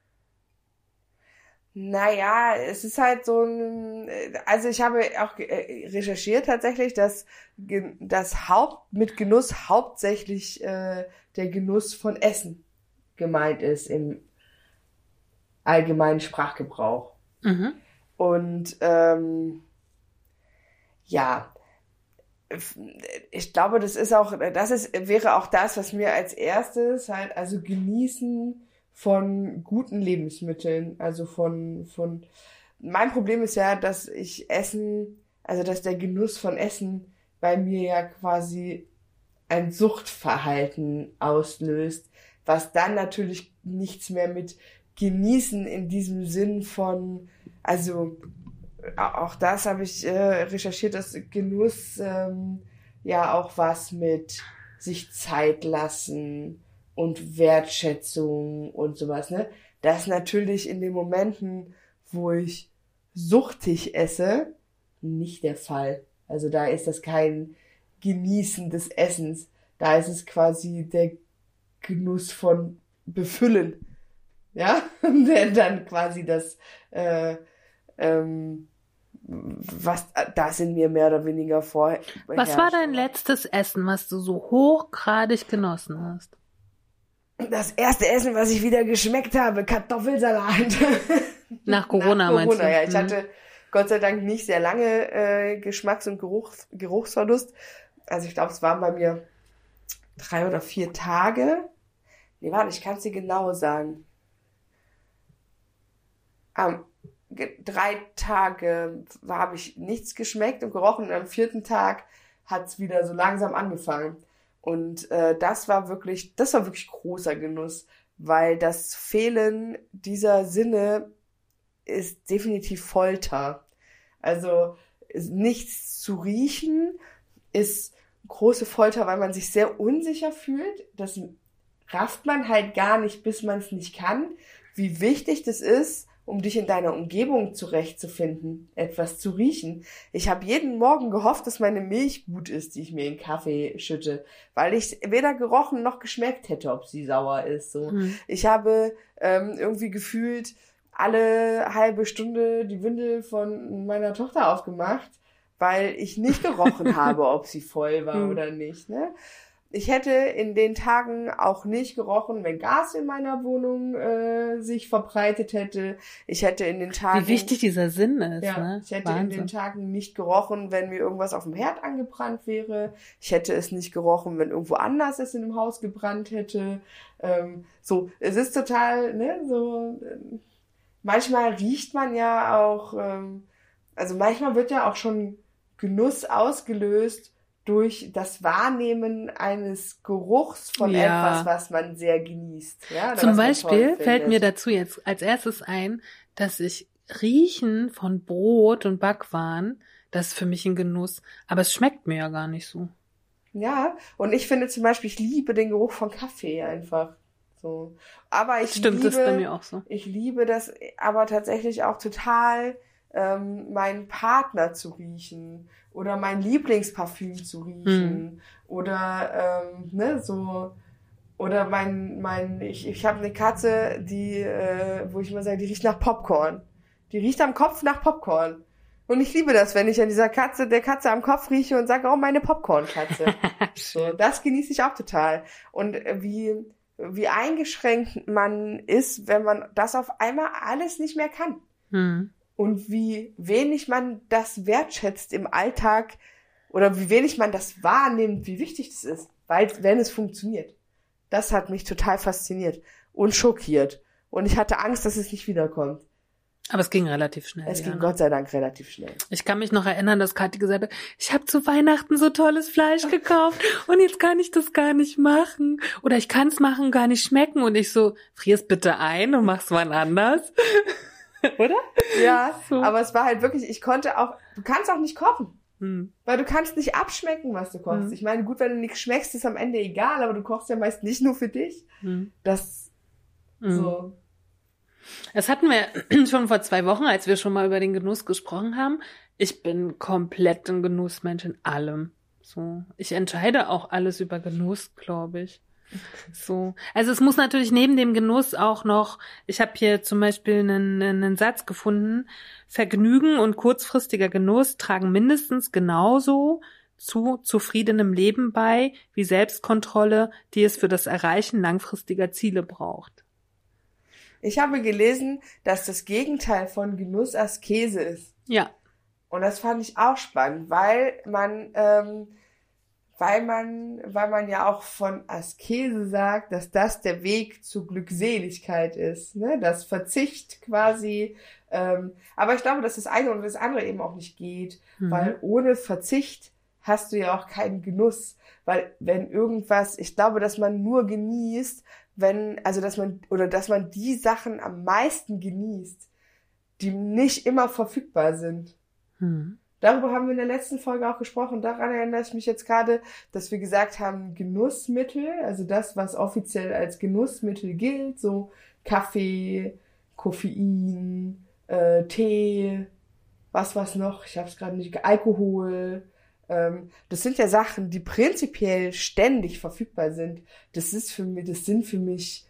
Naja, es ist halt so ein, also ich habe auch recherchiert tatsächlich, dass das Haupt, mit Genuss hauptsächlich äh, der Genuss von Essen gemeint ist im allgemeinen Sprachgebrauch. Mhm. Und ähm, ja, ich glaube, das ist auch, das ist, wäre auch das, was mir als erstes halt, also genießen von guten Lebensmitteln, also von, von, mein Problem ist ja, dass ich Essen, also dass der Genuss von Essen bei mir ja quasi ein Suchtverhalten auslöst, was dann natürlich nichts mehr mit Genießen in diesem Sinn von, also auch das habe ich äh, recherchiert, dass Genuss ähm, ja auch was mit sich Zeit lassen und Wertschätzung und sowas, ne? Das natürlich in den Momenten, wo ich suchtig esse, nicht der Fall. Also da ist das kein Genießen des Essens. Da ist es quasi der Genuss von Befüllen. Ja? Der dann quasi das äh, ähm, was das in mir mehr oder weniger vorher. Was war dein letztes Essen, was du so hochgradig genossen hast? Das erste Essen, was ich wieder geschmeckt habe, Kartoffelsalat. Nach Corona, Nach Corona meinst du? Ja, ich mhm. hatte Gott sei Dank nicht sehr lange äh, Geschmacks- und Geruch, Geruchsverlust. Also ich glaube, es waren bei mir drei oder vier Tage. Nee, warte, ich kann es dir genau sagen. Am drei Tage habe ich nichts geschmeckt und gerochen und am vierten Tag hat es wieder so langsam angefangen. Und äh, das war wirklich, das war wirklich großer Genuss, weil das Fehlen dieser Sinne ist definitiv Folter. Also nichts zu riechen ist große Folter, weil man sich sehr unsicher fühlt. Das rafft man halt gar nicht, bis man es nicht kann, wie wichtig das ist, um dich in deiner Umgebung zurechtzufinden, etwas zu riechen. Ich habe jeden Morgen gehofft, dass meine Milch gut ist, die ich mir in Kaffee schütte, weil ich weder gerochen noch geschmeckt hätte, ob sie sauer ist. So, mhm. Ich habe ähm, irgendwie gefühlt alle halbe Stunde die Windel von meiner Tochter aufgemacht, weil ich nicht gerochen habe, ob sie voll war mhm. oder nicht. Ne? Ich hätte in den Tagen auch nicht gerochen, wenn Gas in meiner Wohnung äh, sich verbreitet hätte. Ich hätte in den Tagen... Wie wichtig dieser Sinn ist, ja, ne? Ich hätte Wahnsinn. in den Tagen nicht gerochen, wenn mir irgendwas auf dem Herd angebrannt wäre. Ich hätte es nicht gerochen, wenn irgendwo anders es in dem Haus gebrannt hätte. Ähm, so, es ist total, ne, so... manchmal riecht man ja auch, ähm, also manchmal wird ja auch schon Genuss ausgelöst durch das Wahrnehmen eines Geruchs von Ja. etwas, was man sehr genießt. Ja, oder Zum was man Beispiel toll fällt mir findet. dazu jetzt als erstes ein, dass ich Riechen von Brot und Backwaren, das ist für mich ein Genuss, aber es schmeckt mir ja gar nicht so. Ja, und ich finde zum Beispiel, ich liebe den Geruch von Kaffee einfach. So. Aber ich Stimmt, liebe, das ist bei mir auch so. ich liebe das aber tatsächlich auch total, ähm, meinen Partner zu riechen oder mein Lieblingsparfüm zu riechen oder ähm, ne so oder mein mein ich ich habe eine Katze, die äh, wo ich immer sage, die riecht nach Popcorn. Die riecht am Kopf nach Popcorn. Und ich liebe das, wenn ich an dieser Katze, der Katze am Kopf rieche und sage, oh, meine Popcorn-Katze. So, das genieße ich auch total. Und äh, wie wie eingeschränkt man ist, wenn man das auf einmal alles nicht mehr kann. Hm. Und wie wenig man das wertschätzt im Alltag oder wie wenig man das wahrnimmt, wie wichtig das ist, weil wenn es funktioniert. Das hat mich total fasziniert und schockiert. Und ich hatte Angst, dass es nicht wiederkommt. Aber es ging relativ schnell. Es ging ja, ne? Gott sei Dank relativ schnell. Ich kann mich noch erinnern, dass Kathi gesagt hat, ich habe zu Weihnachten so tolles Fleisch gekauft und jetzt kann ich das gar nicht machen. Oder ich kann es machen, gar nicht schmecken. Und ich so, frier's bitte ein und mach's wann anders. Oder? Ja, So. aber es war halt wirklich, ich konnte auch, du kannst auch nicht kochen. Hm. Weil du kannst nicht abschmecken, was du kochst. Mhm. Ich meine, gut, wenn du nichts schmeckst, ist am Ende egal, aber du kochst ja meist nicht nur für dich. Hm. Das, Hm. so. Das hatten wir schon vor zwei Wochen, als wir schon mal über den Genuss gesprochen haben. Ich bin komplett ein Genussmensch in allem. So, ich entscheide auch alles über Genuss, glaube ich. So, also es muss natürlich neben dem Genuss auch noch, ich habe hier zum Beispiel einen, einen Satz gefunden, Vergnügen und kurzfristiger Genuss tragen mindestens genauso zu zufriedenem Leben bei, wie Selbstkontrolle, die es für das Erreichen langfristiger Ziele braucht. Ich habe gelesen, dass das Gegenteil von Genuss Askese ist. Ja. Und das fand ich auch spannend, weil man, ähm, weil man, weil man ja auch von Askese sagt, dass das der Weg zur Glückseligkeit ist, ne? Das Verzicht quasi. Ähm, aber ich glaube, dass das eine oder das andere eben auch nicht geht, Mhm. weil ohne Verzicht hast du ja auch keinen Genuss, weil wenn irgendwas, ich glaube, dass man nur genießt, wenn, also dass man, oder dass man die Sachen am meisten genießt, die nicht immer verfügbar sind. Mhm. Darüber haben wir in der letzten Folge auch gesprochen. Daran erinnere ich mich jetzt gerade, dass wir gesagt haben, Genussmittel, also das, was offiziell als Genussmittel gilt, so Kaffee, Koffein, äh, Tee, was was noch, ich habe es gerade nicht, Alkohol. Ähm, das sind ja Sachen, die prinzipiell ständig verfügbar sind. Das ist für mich, das sind für mich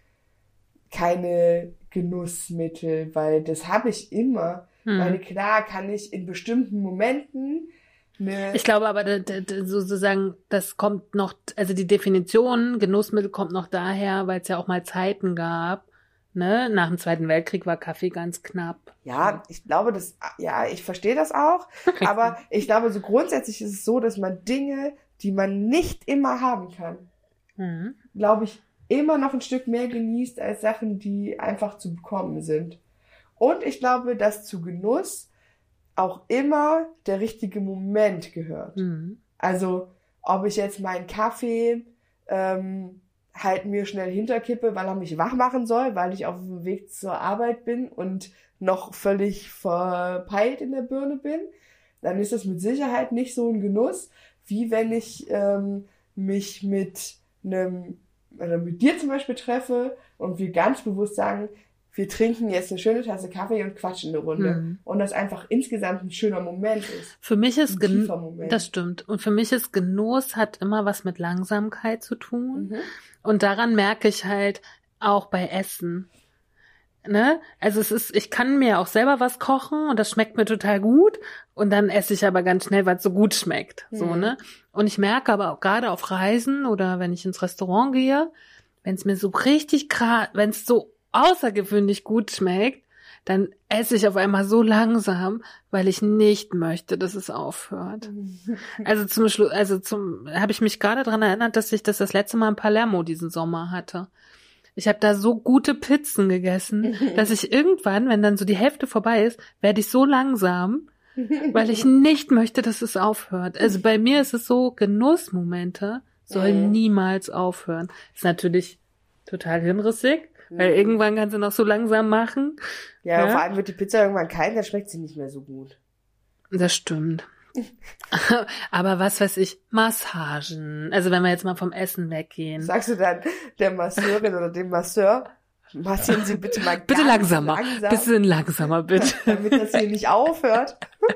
keine Genussmittel, weil das habe ich immer. Hm. Weil klar kann ich in bestimmten Momenten eine... Ich glaube aber, da- da- da- sozusagen, das kommt noch, also die Definition Genussmittel kommt noch daher, weil es ja auch mal Zeiten gab, ne? Nach dem Zweiten Weltkrieg war Kaffee ganz knapp. Ja, ich glaube, das, ja, ich verstehe das auch, aber ich glaube, so grundsätzlich ist es so, dass man Dinge, die man nicht immer haben kann, Mhm. glaube ich, immer noch ein Stück mehr genießt als Sachen, die einfach zu bekommen sind. Und ich glaube, dass zu Genuss auch immer der richtige Moment gehört. Mhm. Also, ob ich jetzt meinen Kaffee ähm, halt mir schnell hinterkippe, weil er mich wach machen soll, weil ich auf dem Weg zur Arbeit bin und noch völlig verpeilt in der Birne bin, dann ist das mit Sicherheit nicht so ein Genuss, wie wenn ich ähm, mich mit einem, also mit dir zum Beispiel treffe und wir ganz bewusst sagen, wir trinken jetzt eine schöne Tasse Kaffee und quatschen eine Runde. Mhm. Und das einfach insgesamt ein schöner Moment ist. Für mich ist Ein Genuss, tiefer Moment. das stimmt. Und für mich ist Genuss hat immer was mit Langsamkeit zu tun. Mhm. Und daran merke ich halt auch bei Essen. Ne? Also es ist, ich kann mir auch selber was kochen und das schmeckt mir total gut und dann esse ich aber ganz schnell, weil es so gut schmeckt. So, Mhm. ne? Und ich merke aber auch gerade auf Reisen oder wenn ich ins Restaurant gehe, wenn es mir so richtig gerade, wenn es so außergewöhnlich gut schmeckt, dann esse ich auf einmal so langsam, weil ich nicht möchte, dass es aufhört. Also zum Schluss, also zum, habe ich mich gerade dran erinnert, dass ich das das letzte Mal in Palermo diesen Sommer hatte. Ich habe da so gute Pizzen gegessen, dass ich irgendwann, wenn dann so die Hälfte vorbei ist, werde ich so langsam, weil ich nicht möchte, dass es aufhört. Also bei mir ist es so, Genussmomente sollen Mhm. niemals aufhören. Ist natürlich total hinrissig, weil irgendwann kannst du noch so langsam machen. Ja, Ja. vor allem wird die Pizza irgendwann kalt, dann schmeckt sie nicht mehr so gut. Das stimmt. Aber was weiß ich, Massagen. Also wenn wir jetzt mal vom Essen weggehen. Sagst du dann der Masseurin oder dem Masseur, massieren Sie bitte mal Bitte ganz langsamer. langsam, Bisschen langsamer, bitte. damit das hier nicht aufhört.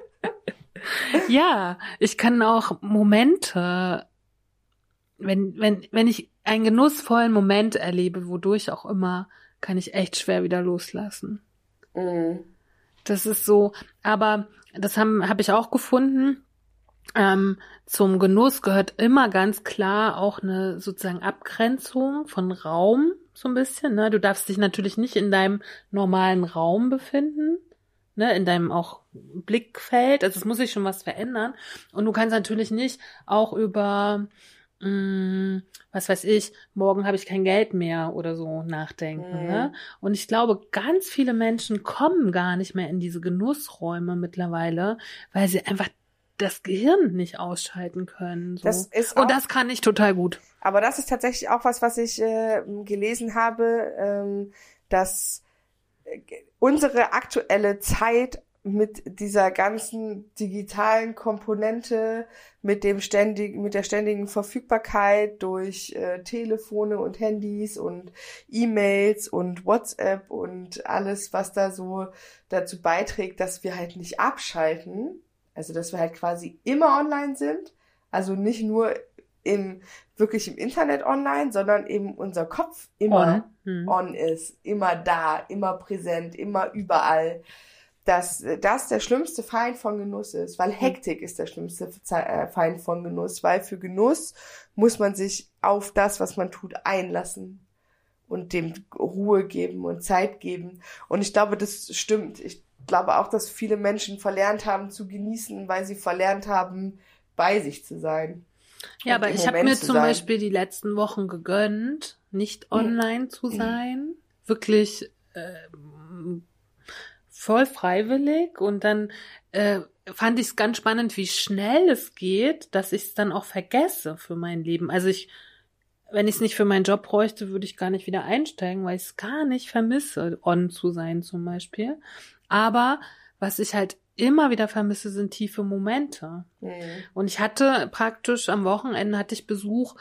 Ja, ich kann auch Momente, wenn, wenn, wenn ich einen genussvollen Moment erlebe, wodurch auch immer, kann ich echt schwer wieder loslassen. Mhm. Das ist so, aber das haben habe ich auch gefunden. Ähm, zum Genuss gehört immer ganz klar auch eine sozusagen Abgrenzung von Raum, so ein bisschen. Ne? Du darfst dich natürlich nicht in deinem normalen Raum befinden, ne, in deinem auch Blickfeld. Also es muss sich schon was verändern. Und du kannst natürlich nicht auch über mh, was weiß ich, morgen habe ich kein Geld mehr oder so nachdenken. Mhm. Ne? Und ich glaube, ganz viele Menschen kommen gar nicht mehr in diese Genussräume mittlerweile, weil sie einfach das Gehirn nicht ausschalten können. So. Das ist auch, Und das kann ich total gut. aber das ist tatsächlich auch was, was ich äh, gelesen habe, ähm, dass äh, unsere aktuelle Zeit mit dieser ganzen digitalen Komponente, mit dem ständigen, mit der ständigen Verfügbarkeit durch äh, Telefone und Handys und E-Mails und WhatsApp und alles, was da so dazu beiträgt, dass wir halt nicht abschalten. Also, dass wir halt quasi immer online sind. Also nicht nur im, wirklich im Internet online, sondern eben unser Kopf immer On. Hm. on ist, immer da, immer präsent, immer überall. Dass das der schlimmste Feind von Genuss ist, weil Hektik ist der schlimmste Feind von Genuss, weil für Genuss muss man sich auf das, was man tut, einlassen und dem Ruhe geben und Zeit geben. Und ich glaube, das stimmt. Ich glaube auch, dass viele Menschen verlernt haben zu genießen, weil sie verlernt haben, bei sich zu sein. Ja, und aber im ich habe Moment mir zu zum sein. Beispiel die letzten Wochen gegönnt, nicht online zu sein, wirklich äh, voll freiwillig, und dann äh, fand ich es ganz spannend, wie schnell es geht, dass ich es dann auch vergesse für mein Leben. Also ich, wenn ich es nicht für meinen Job bräuchte, würde ich gar nicht wieder einsteigen, weil ich es gar nicht vermisse, on zu sein zum Beispiel. Aber was ich halt immer wieder vermisse, sind tiefe Momente. Mhm. Und ich hatte praktisch am Wochenende hatte ich Besuch,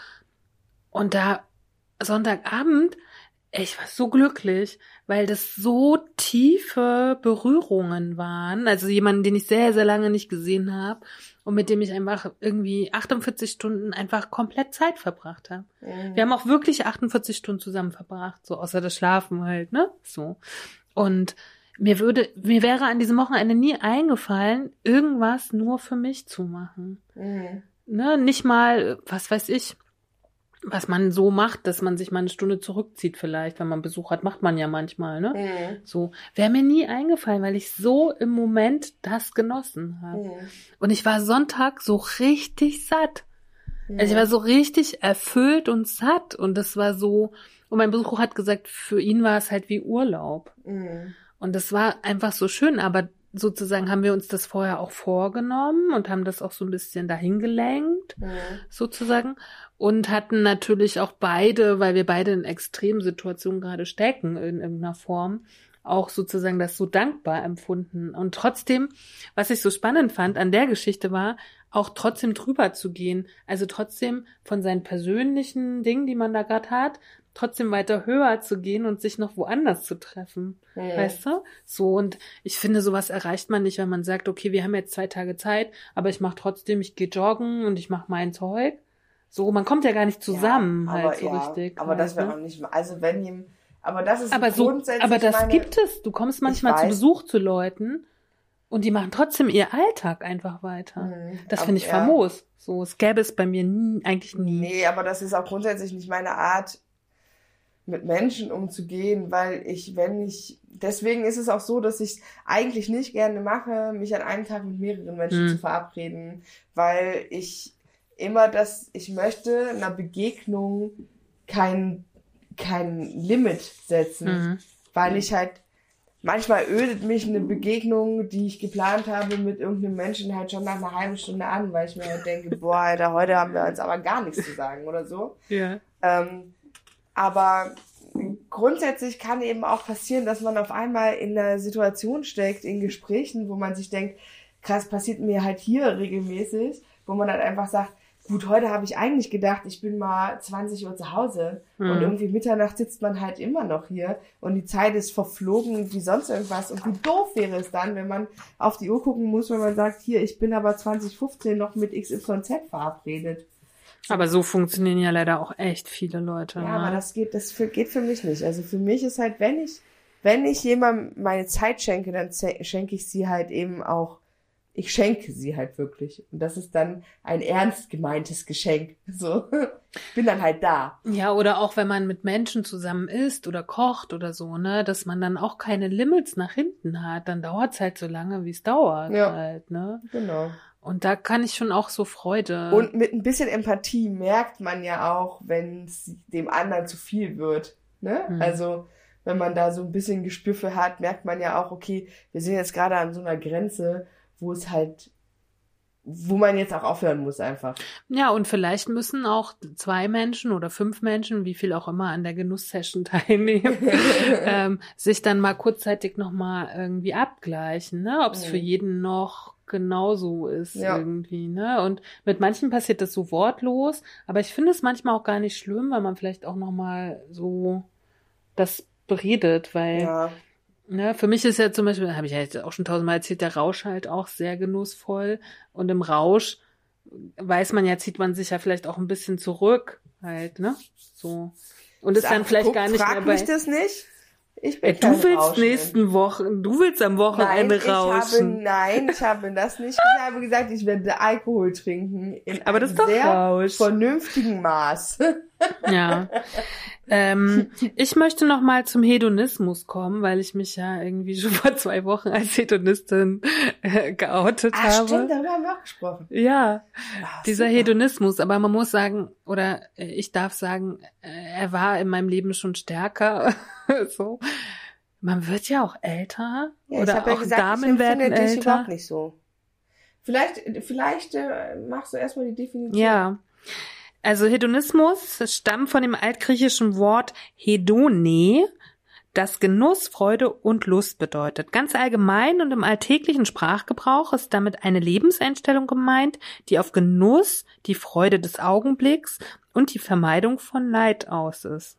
und da Sonntagabend, ich war so glücklich, weil das so tiefe Berührungen waren. Also jemanden, den ich sehr, sehr lange nicht gesehen habe und mit dem ich einfach irgendwie achtundvierzig Stunden einfach komplett Zeit verbracht habe. Mhm. Wir haben auch wirklich achtundvierzig Stunden zusammen verbracht, so außer das Schlafen halt, ne? So. Und mir würde, mir wäre an diesem Wochenende nie eingefallen, irgendwas nur für mich zu machen. Mhm. Ne? Nicht mal, was weiß ich, was man so macht, dass man sich mal eine Stunde zurückzieht vielleicht, wenn man Besuch hat, macht man ja manchmal, ne? Mhm. So, wäre mir nie eingefallen, weil ich so im Moment das genossen habe. Mhm. Und ich war Sonntag so richtig satt. Also ich war so richtig erfüllt und satt, und das war so, und mein Besucher hat gesagt, für ihn war es halt wie Urlaub. Mhm. Und das war einfach so schön, aber sozusagen haben wir uns das vorher auch vorgenommen und haben das auch so ein bisschen dahin gelenkt, Mhm. sozusagen, und hatten natürlich auch beide, weil wir beide in Extremsituationen gerade stecken in irgendeiner Form, auch sozusagen das so dankbar empfunden. Und trotzdem, was ich so spannend fand an der Geschichte war, auch trotzdem drüber zu gehen, also trotzdem von seinen persönlichen Dingen, die man da gerade hat, trotzdem weiter höher zu gehen und sich noch woanders zu treffen. Mhm. Weißt du? So, und ich finde, sowas erreicht man nicht, wenn man sagt, okay, wir haben jetzt zwei Tage Zeit, aber ich mache trotzdem, ich gehe joggen und ich mache mein Zeug. So, man kommt ja gar nicht zusammen Ja, halt aber, so ja, richtig. Aber das halt, wäre ne? auch nicht, also wenn ihm, aber das ist aber so, grundsätzlich aber das meine, gibt es. Du kommst manchmal zu weiß. Besuch zu Leuten und die machen trotzdem ihr Alltag einfach weiter. Mhm. Das Aber- finde ich ja. famos. So, es gäbe es bei mir nie, eigentlich nie. Nee, aber das ist auch grundsätzlich nicht meine Art, mit Menschen umzugehen, weil ich, wenn ich, deswegen ist es auch so, dass ich eigentlich nicht gerne mache, mich an einem Tag mit mehreren Menschen Hm. zu verabreden, weil ich immer das, ich möchte einer Begegnung keinen kein Limit setzen, Mhm. weil ich halt, manchmal ödet mich eine Begegnung, die ich geplant habe mit irgendeinem Menschen halt schon nach einer halben Stunde an, weil ich mir halt denke, boah, Alter, heute haben wir uns aber gar nichts zu sagen oder so. Ja. Ähm, aber grundsätzlich kann eben auch passieren, dass man auf einmal in einer Situation steckt, in Gesprächen, wo man sich denkt, krass, passiert mir halt hier regelmäßig, wo man halt einfach sagt, gut, heute habe ich eigentlich gedacht, ich bin mal zwanzig Uhr zu Hause Mhm. und irgendwie Mitternacht sitzt man halt immer noch hier und die Zeit ist verflogen wie sonst irgendwas und wie doof wäre es dann, wenn man auf die Uhr gucken muss, wenn man sagt, hier, ich bin aber zwanzig fünfzehn noch mit X Y Z verabredet. Aber so funktionieren ja leider auch echt viele Leute. Ja, ne? aber das geht, das für, geht für mich nicht. Also für mich ist halt, wenn ich, wenn ich jemandem meine Zeit schenke, dann ze- schenke ich sie halt eben auch, ich schenke sie halt wirklich. Und das ist dann ein ernst gemeintes Geschenk. So. Ich bin dann halt da. Ja, oder auch wenn man mit Menschen zusammen isst oder kocht oder so, ne, dass man dann auch keine Limits nach hinten hat, dann dauert's halt so lange, wie es dauert Ja. halt, ne? Genau. Und da kann ich schon auch so Freude. Und mit ein bisschen Empathie merkt man ja auch, wenn es dem anderen zu viel wird. Ne? Mhm. Also, wenn man da so ein bisschen Gespür für hat, merkt man ja auch, okay, wir sind jetzt gerade an so einer Grenze, wo es halt, wo man jetzt auch aufhören muss einfach. Ja, und vielleicht müssen auch zwei Menschen oder fünf Menschen, wie viel auch immer an der Genusssession teilnehmen, ähm, sich dann mal kurzzeitig nochmal irgendwie abgleichen, ne? Ob es Mhm. für jeden noch genauso ist Ja. irgendwie, ne? Und mit manchen passiert das so wortlos, aber ich finde es manchmal auch gar nicht schlimm, weil man vielleicht auch nochmal so das beredet, weil Ja. Ne, für mich ist ja zum Beispiel, habe ich ja jetzt auch schon tausendmal erzählt, der Rausch halt auch sehr genussvoll. Und im Rausch weiß man ja, zieht man sich ja vielleicht auch ein bisschen zurück halt, ne? So. Und ist dann Ach, vielleicht guck, gar nicht frag mehr bei. mich das nicht. Ich bin Ey, kein du willst Rauschmensch. nächsten Wochen, du willst am Nein, Wochenende ich habe, rauschen. nein, ich habe das nicht. Ich habe gesagt, ich werde Alkohol trinken in Aber das einem ist doch sehr Rausch. vernünftigen Maß. Ja. ähm, ich möchte noch mal zum Hedonismus kommen, weil ich mich ja irgendwie schon vor zwei Wochen als Hedonistin äh, geoutet Ah, habe. stimmt, darüber haben wir auch gesprochen. Ja, Ah, dieser super. Hedonismus, aber man muss sagen, oder äh, ich darf sagen, äh, er war in meinem Leben schon stärker. So. Man wird ja auch älter, Ja, ich oder habe ja auch gesagt, Damen ich werden empfinde dich älter. überhaupt nicht so. Vielleicht, vielleicht äh, machst du erstmal die Definition. Ja. Also Hedonismus stammt von dem altgriechischen Wort hedone, das Genuss, Freude und Lust bedeutet. Ganz allgemein und im alltäglichen Sprachgebrauch ist damit eine Lebenseinstellung gemeint, die auf Genuss, die Freude des Augenblicks und die Vermeidung von Leid aus ist.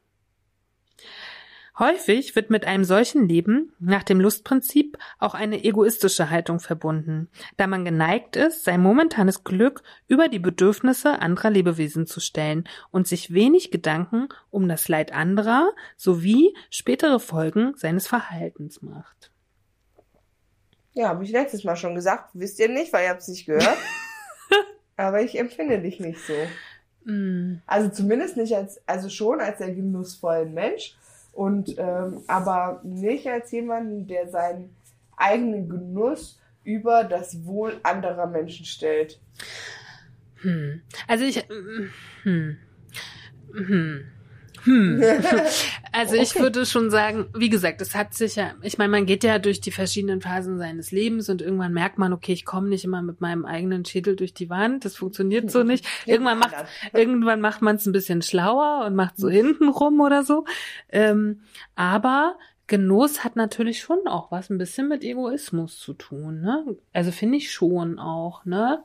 Häufig wird mit einem solchen Leben nach dem Lustprinzip auch eine egoistische Haltung verbunden, da man geneigt ist, sein momentanes Glück über die Bedürfnisse anderer Lebewesen zu stellen und sich wenig Gedanken um das Leid anderer sowie spätere Folgen seines Verhaltens macht. Ja, habe ich letztes Mal schon gesagt. Wisst ihr nicht, weil ihr habt es nicht gehört. Aber ich empfinde dich nicht so. Mm. Also zumindest nicht als, also schon als der genussvollen Mensch. Und ähm, aber nicht als jemanden, der seinen eigenen Genuss über das Wohl anderer Menschen stellt. Hm. Also ich hm. Hm. Hm. Also ich Okay. würde schon sagen, wie gesagt, es hat sich ja, ich meine, man geht ja durch die verschiedenen Phasen seines Lebens und irgendwann merkt man, okay, ich komme nicht immer mit meinem eigenen Schädel durch die Wand, das funktioniert so nicht. Irgendwann macht irgendwann macht man es ein bisschen schlauer und macht so hinten rum oder so. Ähm, aber Genuss hat natürlich schon auch was ein bisschen mit Egoismus zu tun, ne? Also finde ich schon auch, ne?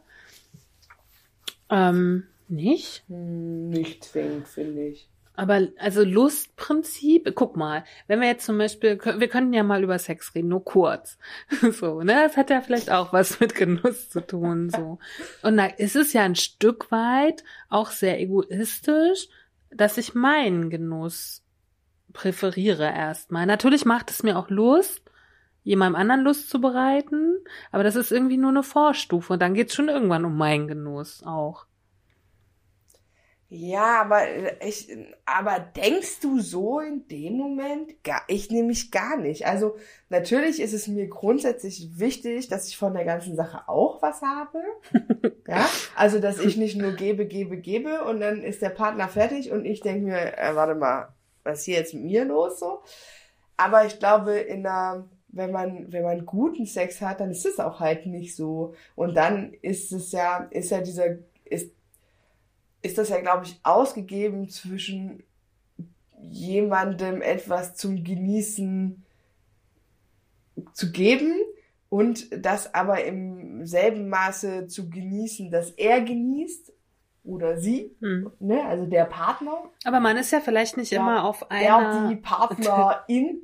Ähm, nicht? Hm, nicht zwingend, finde ich. Aber also Lustprinzip, guck mal, wenn wir jetzt zum Beispiel, wir könnten ja mal über Sex reden, nur kurz. So, ne? Das hat ja vielleicht auch was mit Genuss zu tun, so. Und da ist es ja ein Stück weit auch sehr egoistisch, dass ich meinen Genuss präferiere erstmal. Natürlich macht es mir auch Lust, jemandem anderen Lust zu bereiten, aber das ist irgendwie nur eine Vorstufe und dann geht's schon irgendwann um meinen Genuss auch. Ja, aber ich, aber denkst du so in dem Moment? Gar, ich nämlich gar nicht. Also natürlich ist es mir grundsätzlich wichtig, dass ich von der ganzen Sache auch was habe. Ja, also dass ich nicht nur gebe, gebe, gebe und dann ist der Partner fertig und ich denke mir, äh, warte mal, was ist hier jetzt mit mir los so? Aber ich glaube, in einer, wenn man, wenn man guten Sex hat, dann ist es auch halt nicht so. Und dann ist es ja, ist ja dieser, ist, ist das ja, glaube ich, ausgegeben zwischen jemandem etwas zum Genießen zu geben und das aber im selben Maße zu genießen, dass er genießt oder sie, hm. ne, also der Partner. Aber man ist ja vielleicht nicht ja, immer auf einer... Der, die Partnerin.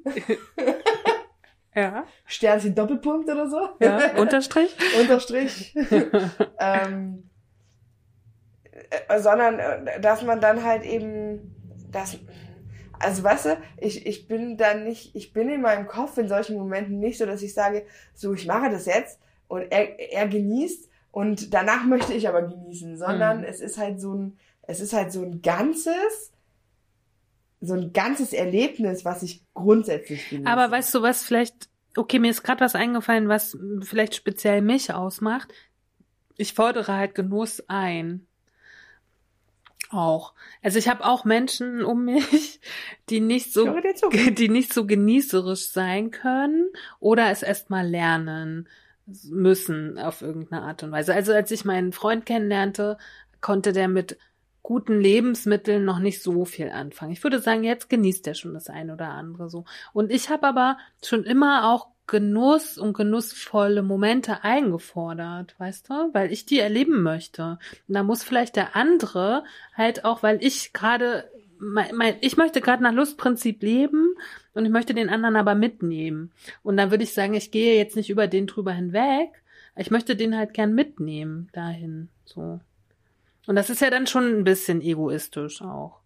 Ja. Sternchen Doppelpunkt oder so. Ja, Unterstrich. Unterstrich. ähm, äh, sondern, äh, dass man dann halt eben, das, also weißt du, ich, ich bin dann nicht, ich bin in meinem Kopf in solchen Momenten nicht so, dass ich sage, so, ich mache das jetzt und er, er genießt und danach möchte ich aber genießen, sondern mhm. es ist halt so ein, es ist halt so ein ganzes, so ein ganzes Erlebnis, was ich grundsätzlich genieße. Aber weißt du was, vielleicht, okay, mir ist gerade was eingefallen, was vielleicht speziell mich ausmacht. Ich fordere halt Genuss ein. Auch. Also ich habe auch Menschen um mich, die nicht so, die nicht so genießerisch sein können oder es erst mal lernen müssen auf irgendeine Art und Weise. Also als ich meinen Freund kennenlernte, konnte der mit guten Lebensmitteln noch nicht so viel anfangen. Ich würde sagen, jetzt genießt er schon das eine oder andere so. Und ich habe aber schon immer auch Genuss und genussvolle Momente eingefordert, weißt du? Weil ich die erleben möchte. Und da muss vielleicht der andere halt auch, weil ich gerade, mein, mein, ich möchte gerade nach Lustprinzip leben und ich möchte den anderen aber mitnehmen. Und dann würde ich sagen, ich gehe jetzt nicht über den drüber hinweg, ich möchte den halt gern mitnehmen dahin, so. Und das ist ja dann schon ein bisschen egoistisch auch.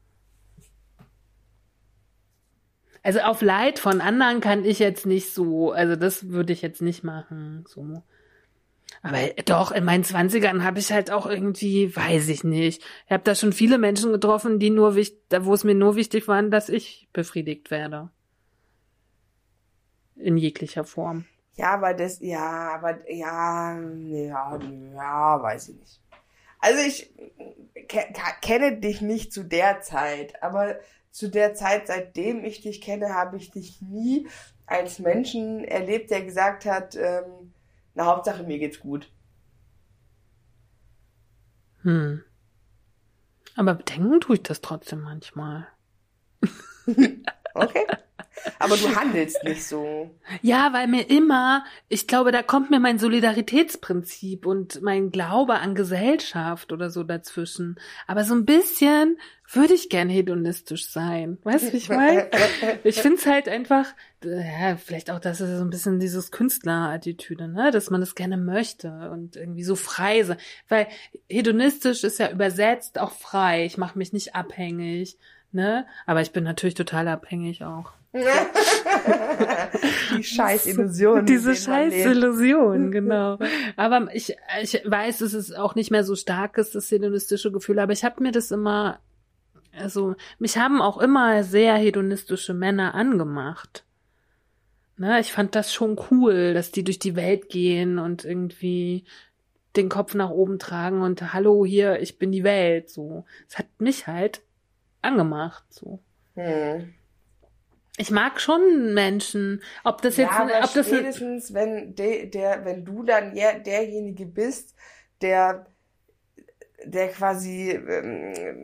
Also auf Leid von anderen kann ich jetzt nicht so, also das würde ich jetzt nicht machen, so. Aber doch, in meinen Zwanzigern habe ich halt auch irgendwie, weiß ich nicht, ich habe da schon viele Menschen getroffen, die nur wichtig, wo es mir nur wichtig war, dass ich befriedigt werde. In jeglicher Form. Ja, aber das, ja, aber, ja, ja, ja, weiß ich nicht. Also ich ke- kenne dich nicht zu der Zeit, aber zu der Zeit, seitdem ich dich kenne, habe ich dich nie als Menschen erlebt, der gesagt hat, ähm, na, Hauptsache mir geht's gut. Hm. Aber bedenken tue ich das trotzdem manchmal. Okay. Aber du handelst nicht so. Ja, weil mir immer, ich glaube, da kommt mir mein Solidaritätsprinzip und mein Glaube an Gesellschaft oder so dazwischen. Aber so ein bisschen würde ich gern hedonistisch sein. Weißt du, wie ich meine? Ich finde es halt einfach, ja, vielleicht auch, das ist so ein bisschen dieses Künstlerattitüde, ne, dass man das gerne möchte und irgendwie so frei sein. Weil hedonistisch ist ja übersetzt auch frei. Ich mache mich nicht abhängig. Ne? Aber ich bin natürlich total abhängig auch. Die scheiß Illusion. Diese scheiß Illusion, genau. Aber ich, ich weiß, es ist auch nicht mehr so stark ist, das hedonistische Gefühl, aber ich habe mir das immer, also mich haben auch immer sehr hedonistische Männer angemacht. Ne? Ich fand das schon cool, dass die durch die Welt gehen und irgendwie den Kopf nach oben tragen und hallo, hier, ich bin die Welt, so. Es hat mich halt angemacht, so. Hm. Ich mag schon Menschen, ob das jetzt, ja, aber ob das spätestens, wenn de, der, wenn du dann ja, derjenige bist, der, der quasi ähm,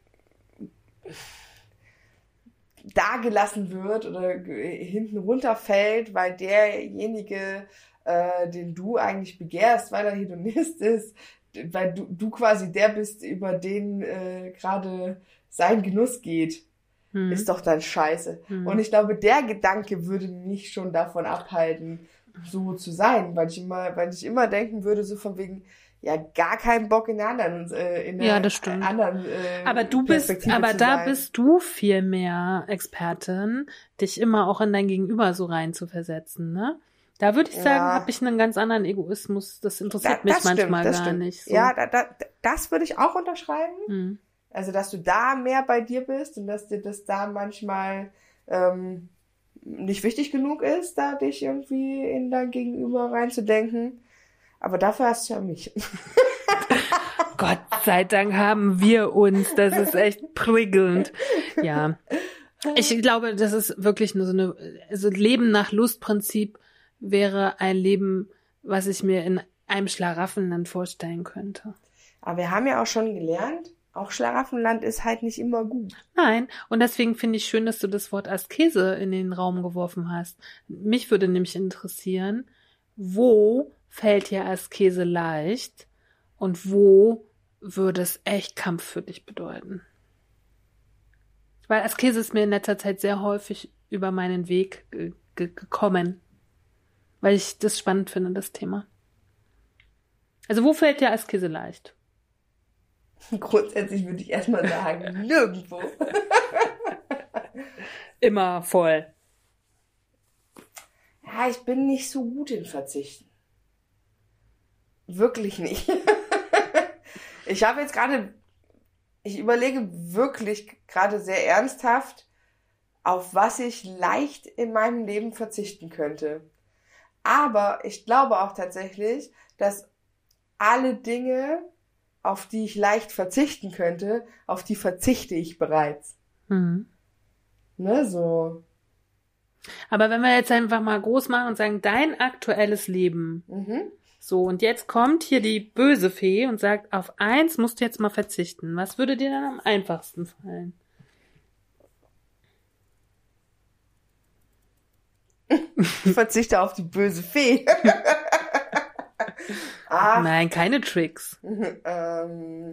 dagelassen wird oder hinten runterfällt, weil derjenige, äh, den du eigentlich begehrst, weil er Hedonist ist, weil du, du quasi der bist, über den äh, gerade sein Genuss geht, hm. ist doch dann scheiße. Hm. Und ich glaube, der Gedanke würde mich schon davon abhalten, so zu sein, weil ich immer, weil ich immer denken würde, so von wegen, ja, gar keinen Bock in der anderen, äh, in der ja, das stimmt. anderen äh, aber du bist, aber da sein. Bist du viel mehr Expertin, dich immer auch in dein Gegenüber so rein zu versetzen, ne? Da würde ich sagen, ja. habe ich einen ganz anderen Egoismus. Das interessiert da, mich das manchmal stimmt, gar stimmt. nicht. So. Ja, da, da, das würde ich auch unterschreiben. Hm. Also, dass du da mehr bei dir bist und dass dir das da manchmal ähm, nicht wichtig genug ist, da dich irgendwie in dein Gegenüber reinzudenken. Aber dafür hast du ja mich. Gott sei Dank haben wir uns. Das ist echt prickelnd. Ja. Ich glaube, das ist wirklich nur so eine, also Leben nach Lustprinzip wäre ein Leben, was ich mir in einem Schlaraffenland vorstellen könnte. Aber wir haben ja auch schon gelernt, auch Schlaraffenland ist halt nicht immer gut. Nein, und deswegen finde ich schön, dass du das Wort Askese in den Raum geworfen hast. Mich würde nämlich interessieren, wo fällt dir Askese leicht und wo würde es echt Kampf für dich bedeuten? Weil Askese ist mir in letzter Zeit sehr häufig über meinen Weg ge- ge- gekommen, weil ich das spannend finde, das Thema. Also wo fällt dir Askese leicht? Grundsätzlich würde ich erstmal sagen, nirgendwo. Immer voll. Ja, ich bin nicht so gut in Verzichten. Wirklich nicht. Ich habe jetzt gerade, ich überlege wirklich gerade sehr ernsthaft, auf was ich leicht in meinem Leben verzichten könnte. Aber ich glaube auch tatsächlich, dass alle Dinge, auf die ich leicht verzichten könnte, auf die verzichte ich bereits. Mhm. Ne, so. Aber wenn wir jetzt einfach mal groß machen und sagen, dein aktuelles Leben, Mhm. so, und jetzt kommt hier die böse Fee und sagt, auf eins musst du jetzt mal verzichten. Was würde dir dann am einfachsten fallen? Ich verzichte auf die böse Fee. ah, Nein, keine Tricks. ähm,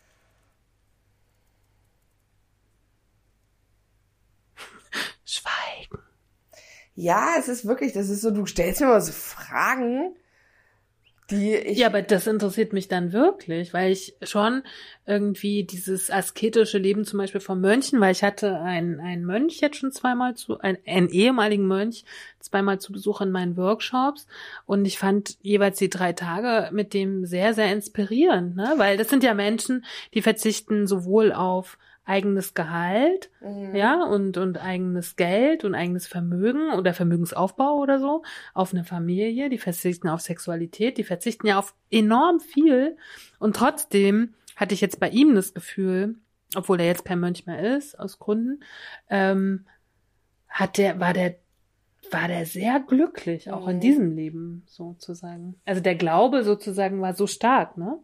Schweigen. ja, es ist wirklich, das ist so, du stellst mir mal so Fragen, die ich... Ja, aber das interessiert mich dann wirklich, weil ich schon irgendwie dieses asketische Leben zum Beispiel von Mönchen, weil ich hatte einen, einen Mönch jetzt schon zweimal zu, einen, einen ehemaligen Mönch zweimal zu Besuch in meinen Workshops und ich fand jeweils die drei Tage mit dem sehr, sehr inspirierend, ne? Weil das sind ja Menschen, die verzichten sowohl auf eigenes Gehalt, Mhm. ja, und, und eigenes Geld und eigenes Vermögen oder Vermögensaufbau oder so, auf eine Familie, die verzichten auf Sexualität, die verzichten ja auf enorm viel und trotzdem hatte ich jetzt bei ihm das Gefühl, obwohl er jetzt kein Mönch mehr ist, aus Gründen, ähm, hat der, war der, war der sehr glücklich, auch in Mhm. diesem Leben, sozusagen. Also der Glaube sozusagen war so stark, ne?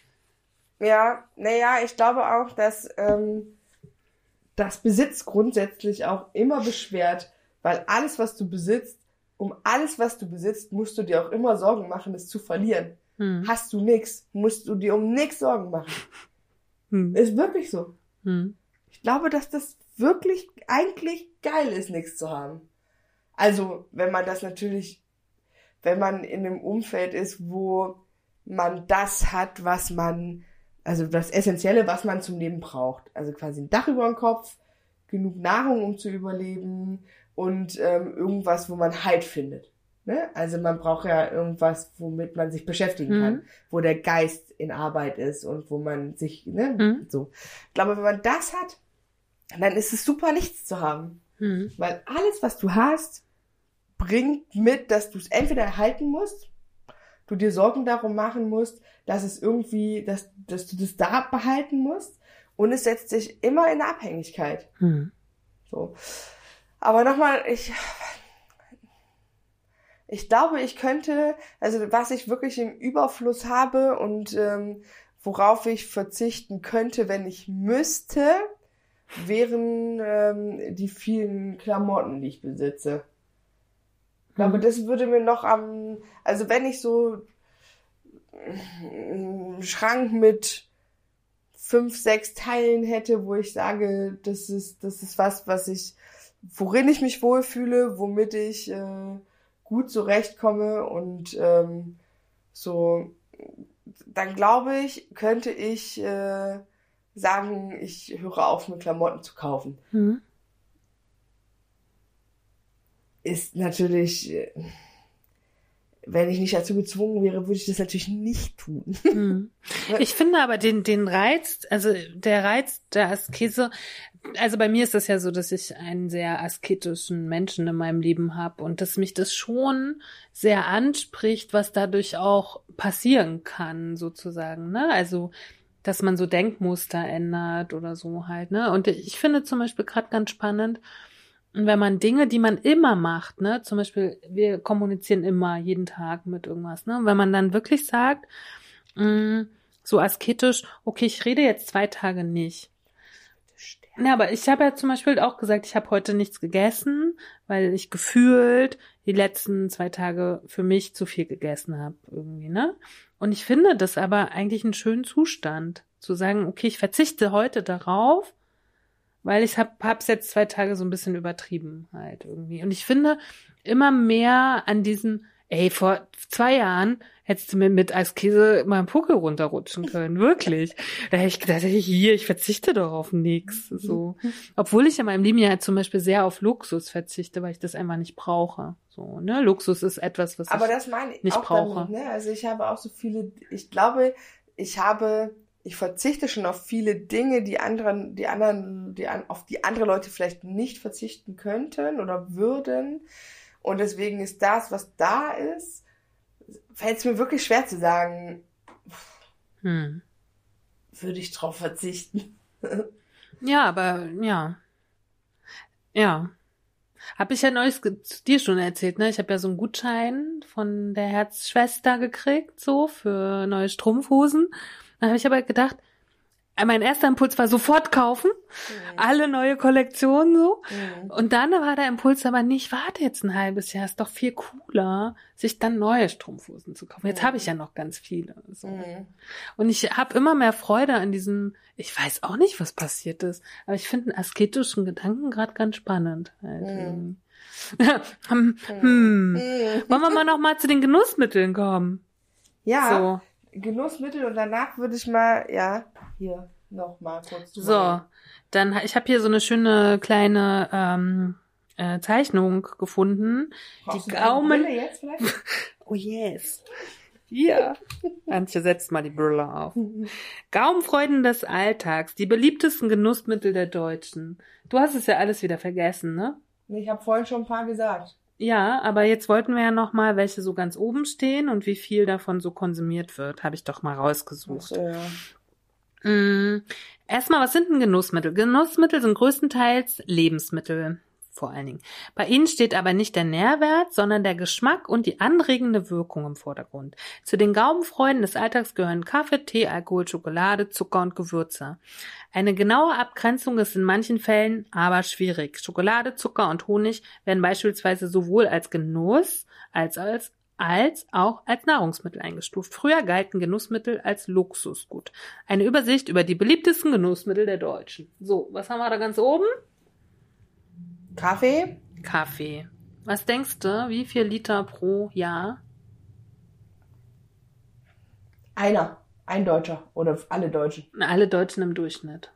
Ja, naja, ich glaube auch, dass ähm, das Besitz grundsätzlich auch immer beschwert, weil alles, was du besitzt, um alles, was du besitzt, musst du dir auch immer Sorgen machen, es zu verlieren. Hm. Hast du nix, musst du dir um nix Sorgen machen. Hm. Ist wirklich so. Hm. Ich glaube, dass das wirklich eigentlich geil ist, nichts zu haben. Also, wenn man das natürlich, wenn man in einem Umfeld ist, wo man das hat, was man, also das Essentielle, was man zum Leben braucht. Also quasi ein Dach über dem Kopf, genug Nahrung, um zu überleben und ähm, irgendwas, wo man Halt findet. Ne? Also man braucht ja irgendwas, womit man sich beschäftigen kann, Mhm. wo der Geist in Arbeit ist und wo man sich, ne, Mhm. so. Ich glaube, wenn man das hat, dann ist es super, nichts zu haben. Hm. Weil alles, was du hast, bringt mit, dass du es entweder erhalten musst, du dir Sorgen darum machen musst, dass es irgendwie, dass, dass du das da behalten musst und es setzt dich immer in eine Abhängigkeit. Hm. So. Aber nochmal, ich, ich glaube, ich könnte, also was ich wirklich im Überfluss habe und ähm, worauf ich verzichten könnte, wenn ich müsste, wären ähm, die vielen Klamotten, die ich besitze. Ich glaube, Mhm. das würde mir noch am, also wenn ich so einen Schrank mit fünf, sechs Teilen hätte, wo ich sage, das ist, das ist was, was ich, worin ich mich wohlfühle, womit ich äh, gut zurechtkomme und ähm, so, dann glaube ich, könnte ich äh, sagen, ich höre auf, mir Klamotten zu kaufen. Hm. Ist natürlich, äh, wenn ich nicht dazu gezwungen wäre, würde ich das natürlich nicht tun. Hm. Ich finde aber den, den Reiz, also der Reiz der Askese, also bei mir ist das ja so, dass ich einen sehr asketischen Menschen in meinem Leben habe und dass mich das schon sehr anspricht, was dadurch auch passieren kann, sozusagen, ne? Also dass man so Denkmuster ändert oder so halt, ne? Und ich finde zum Beispiel gerade ganz spannend, wenn man Dinge, die man immer macht, ne, zum Beispiel, wir kommunizieren immer jeden Tag mit irgendwas, ne? Und wenn man dann wirklich sagt, mh, so asketisch, okay, ich rede jetzt zwei Tage nicht. Ja, aber ich habe ja zum Beispiel auch gesagt, ich habe heute nichts gegessen, weil ich gefühlt die letzten zwei Tage für mich zu viel gegessen habe irgendwie, ne? Und ich finde das aber eigentlich einen schönen Zustand, zu sagen, okay, ich verzichte heute darauf, weil ich hab, hab's jetzt zwei Tage so ein bisschen übertrieben halt irgendwie. Und ich finde immer mehr an diesen, ey, vor zwei Jahren hättest du mir mit Eiskäse mal einen Puckel runterrutschen können, wirklich. Da hätte ich gedacht, hey, hier, ich verzichte doch auf nichts, so. Obwohl ich in meinem Leben ja zum Beispiel sehr auf Luxus verzichte, weil ich das einfach nicht brauche. So, ne? Luxus ist etwas, was Aber ich das meine ich nicht auch brauche. damit, ne? Also ich habe auch so viele, ich glaube, ich habe, ich verzichte schon auf viele Dinge, die anderen, die anderen, die an, auf die andere Leute vielleicht nicht verzichten könnten oder würden. Und deswegen ist das, was da ist, fällt es mir wirklich schwer zu sagen, Hm. würde ich drauf verzichten. Ja, aber, ja. Ja. Habe ich ja neulich ge- dir schon erzählt, ne? Ich habe ja so einen Gutschein von der Herzschwester gekriegt, so, für neue Strumpfhosen. Dann habe ich aber gedacht, mein erster Impuls war sofort kaufen, Mhm. alle neue Kollektionen so. Mhm. Und dann war der Impuls aber nicht, warte jetzt ein halbes Jahr, ist doch viel cooler, sich dann neue Strumpfhosen zu kaufen. Jetzt Mhm. habe ich ja noch ganz viele. So. Mhm. Und ich habe immer mehr Freude an diesem, ich weiß auch nicht, was passiert ist, aber ich finde einen asketischen Gedanken gerade ganz spannend. Halt. Mhm. hm. Hm. Mhm. Wollen wir mal noch mal zu den Genussmitteln kommen? Ja, So. Genussmittel und danach würde ich mal, ja, hier noch mal kurz. drüber So, reden. dann, ich habe hier so eine schöne kleine ähm, äh, Zeichnung gefunden. Brauchst Die du deine Gaumen. Brille jetzt vielleicht? Oh yes. Ja. Antje setzt mal die Brille auf. Gaumenfreuden des Alltags, die beliebtesten Genussmittel der Deutschen. Du hast es ja alles wieder vergessen, ne? Ich habe vorhin schon ein paar gesagt. Ja, aber jetzt wollten wir ja noch mal, welche so ganz oben stehen und wie viel davon so konsumiert wird, habe ich doch mal rausgesucht. So, ja. Mm, Erstmal, was sind denn Genussmittel? Genussmittel sind größtenteils Lebensmittel, vor allen Dingen. Bei ihnen steht aber nicht der Nährwert, sondern der Geschmack und die anregende Wirkung im Vordergrund. Zu den Gaumenfreuden des Alltags gehören Kaffee, Tee, Alkohol, Schokolade, Zucker und Gewürze. Eine genaue Abgrenzung ist in manchen Fällen aber schwierig. Schokolade, Zucker und Honig werden beispielsweise sowohl als Genuss als als als auch als Nahrungsmittel eingestuft. Früher galten Genussmittel als Luxusgut. Eine Übersicht über die beliebtesten Genussmittel der Deutschen. So, was haben wir da ganz oben? Kaffee? Kaffee. Was denkst du, wie viel Liter pro Jahr? Einer. Ein Deutscher. Oder alle Deutschen. Alle Deutschen im Durchschnitt.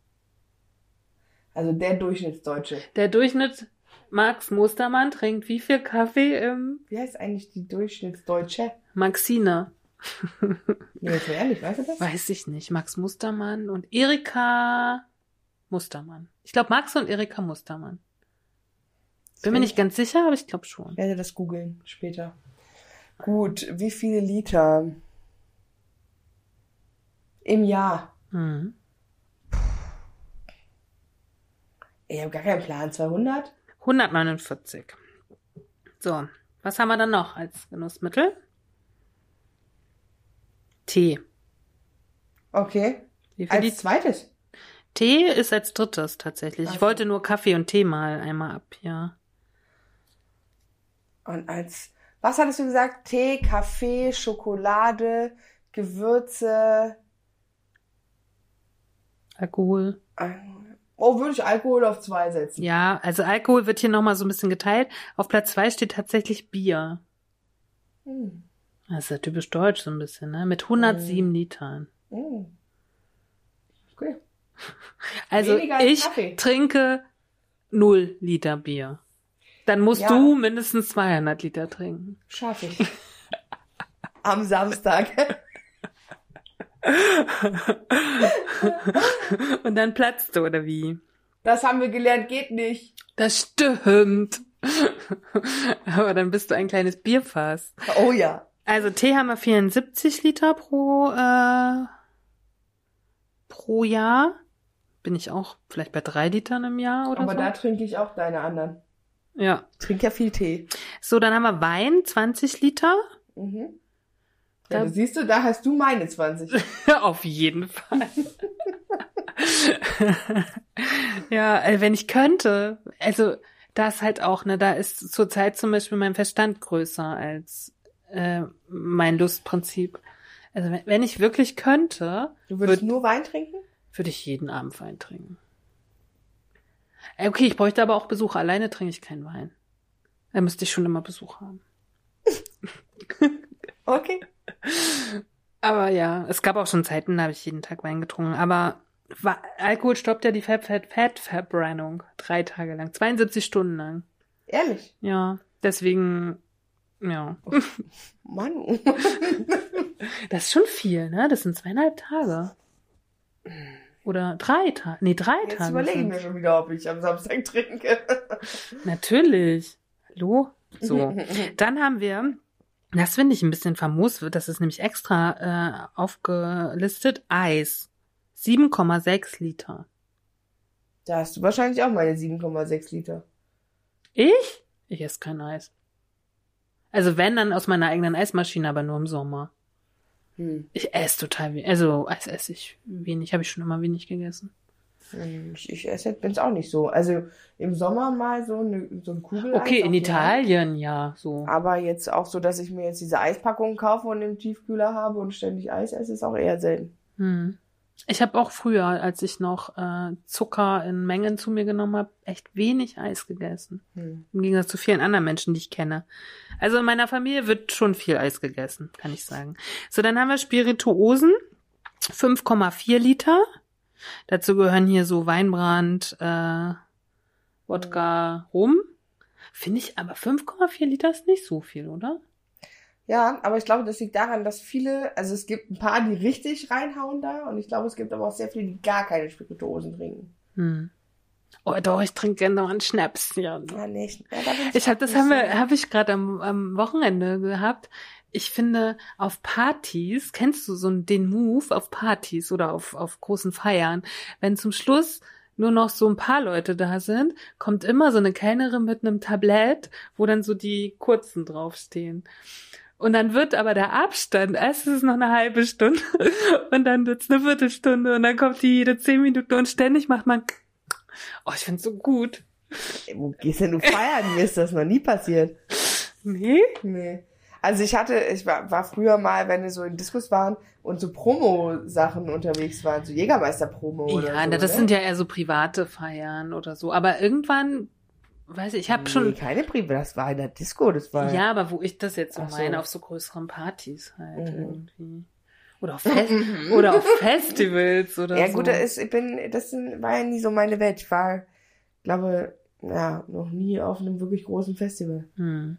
Also der Durchschnittsdeutsche. Der Durchschnitt, Max Mustermann trinkt wie viel Kaffee im Wie heißt eigentlich die Durchschnittsdeutsche? Maxine? Nee, jetzt mal ehrlich, weißt du das? Weiß ich nicht. Max Mustermann und Erika Mustermann. Ich glaube Max und Erika Mustermann. Bin mir nicht ganz sicher, aber ich glaube schon. Ich werde das googeln später. Gut, wie viele Liter im Jahr? Mhm. Ich habe gar keinen Plan. zweihundert? hundertneunundvierzig. So, was haben wir dann noch als Genussmittel? Tee. Okay. Wie viel Als Lit- zweites? Tee ist als drittes tatsächlich. Ach Ich so. wollte nur Kaffee und Tee mal einmal ab, ja. Und als, was hattest du gesagt? Tee, Kaffee, Schokolade, Gewürze. Alkohol. Oh, würde ich Alkohol auf zwei setzen. Ja, also Alkohol wird hier nochmal so ein bisschen geteilt. Auf Platz zwei steht tatsächlich Bier. Hm. Das ist ja typisch deutsch so ein bisschen, ne? Mit hundertsieben Litern. Hm. Okay. Also Weniger als ich Kaffee. trinke null Liter Bier. Dann musst Ja. du mindestens zweihundert Liter trinken. Schaffe ich. Am Samstag. Und dann platzt du, oder wie? Das haben wir gelernt, geht nicht. Das stimmt. Aber dann bist du ein kleines Bierfass. Oh ja. Also Tee haben wir vierundsiebzig Liter pro, äh, pro Jahr. Bin ich auch vielleicht bei drei Litern im Jahr oder Aber so. da trinke ich auch deine anderen. Ja. Ich trinke ja viel Tee. So, dann haben wir Wein, zwanzig Liter. Mhm. Ja, da siehst du, da hast du meine zwanzig. Auf jeden Fall. Ja, äh, wenn ich könnte, also da ist halt auch, ne, da ist zurzeit zum Beispiel mein Verstand größer als äh, mein Lustprinzip. Also wenn, wenn ich wirklich könnte, Du würdest würd, nur Wein trinken? würde ich jeden Abend Wein trinken. Äh, Okay, ich bräuchte aber auch Besuch. Alleine trinke ich keinen Wein. Da müsste ich schon immer Besuch haben. Okay. Aber ja, es gab auch schon Zeiten, da habe ich jeden Tag Wein getrunken. Aber Wa- Alkohol stoppt ja die Fett- Fett- Fettverbrennung drei Tage lang, zweiundsiebzig Stunden lang. Ehrlich? Ja, deswegen, ja. Mann. Das ist schon viel, ne? Das sind zweieinhalb Tage. Oder drei Tage. Nee, drei Jetzt Tage. überlege ich mir sind's. schon wieder, ob ich am Samstag trinke. Natürlich. Hallo? So. Dann haben wir, das finde ich ein bisschen famos, das ist nämlich extra äh, aufgelistet, Eis. sieben Komma sechs Liter. Da hast du wahrscheinlich auch meine sieben Komma sechs Liter. Ich? Ich esse kein Eis. Also wenn, dann aus meiner eigenen Eismaschine, aber nur im Sommer. Hm. Ich esse total wenig. Also Eis esse ich wenig. Habe ich schon immer wenig gegessen. Hm, Ich, ich esse jetzt auch nicht so. Also im Sommer mal so eine, so eine Kugel. Okay, Eis in auf die Italien ja, so. Hand. Aber jetzt auch so, dass ich mir jetzt diese Eispackungen kaufe und im Tiefkühler habe und ständig Eis esse, ist auch eher selten. Hm. Ich habe auch früher, als ich noch äh, Zucker in Mengen zu mir genommen habe, echt wenig Eis gegessen. Hm. Im Gegensatz zu vielen anderen Menschen, die ich kenne. Also in meiner Familie wird schon viel Eis gegessen, kann ich sagen. So, dann haben wir Spirituosen, fünf Komma vier Liter. Dazu gehören hier so Weinbrand, äh, Wodka, Rum. Finde ich, aber fünf Komma vier Liter ist nicht so viel, oder? Ja, aber ich glaube, das liegt daran, dass viele, also es gibt ein paar, die richtig reinhauen da und ich glaube, es gibt aber auch sehr viele, die gar keine Spirituosen trinken. Hm. Oh, doch, ich trinke gerne noch einen Schnaps. Ja. Ja, nicht. Ja, da bin Ich habe das nicht haben so. wir, habe ich gerade am, am Wochenende gehabt. Ich finde, auf Partys, kennst du so den Move auf Partys oder auf, auf großen Feiern, wenn zum Schluss nur noch so ein paar Leute da sind, kommt immer so eine Kellnerin mit einem Tablett, wo dann so die kurzen draufstehen. Und dann wird aber der Abstand, erst ist es noch eine halbe Stunde und dann wird's eine Viertelstunde und dann kommt die jede zehn Minuten und ständig macht man, oh, ich find's so gut. Ey, wo gehst denn du feiern? Mir ist das noch nie passiert. Nee? Nee. Also ich hatte, ich war, war früher mal, wenn wir so in Diskos waren und so Promo-Sachen unterwegs waren, so Jägermeister-Promo oder Ja, so. na, das ne? sind ja eher so private Feiern oder so. Aber irgendwann, weiß ich, ich habe Nee, schon, keine Privat, das war in der Disco, das war... ja, aber wo ich das jetzt so Ach so. meine, auf so größeren Partys halt Mhm. irgendwie. Oder auf, Fest oder auf Festivals oder Ja so. gut, da ist, ich bin, das sind- war ja nie so meine Welt. Ich war, glaube, ja, noch nie auf einem wirklich großen Festival. Hm.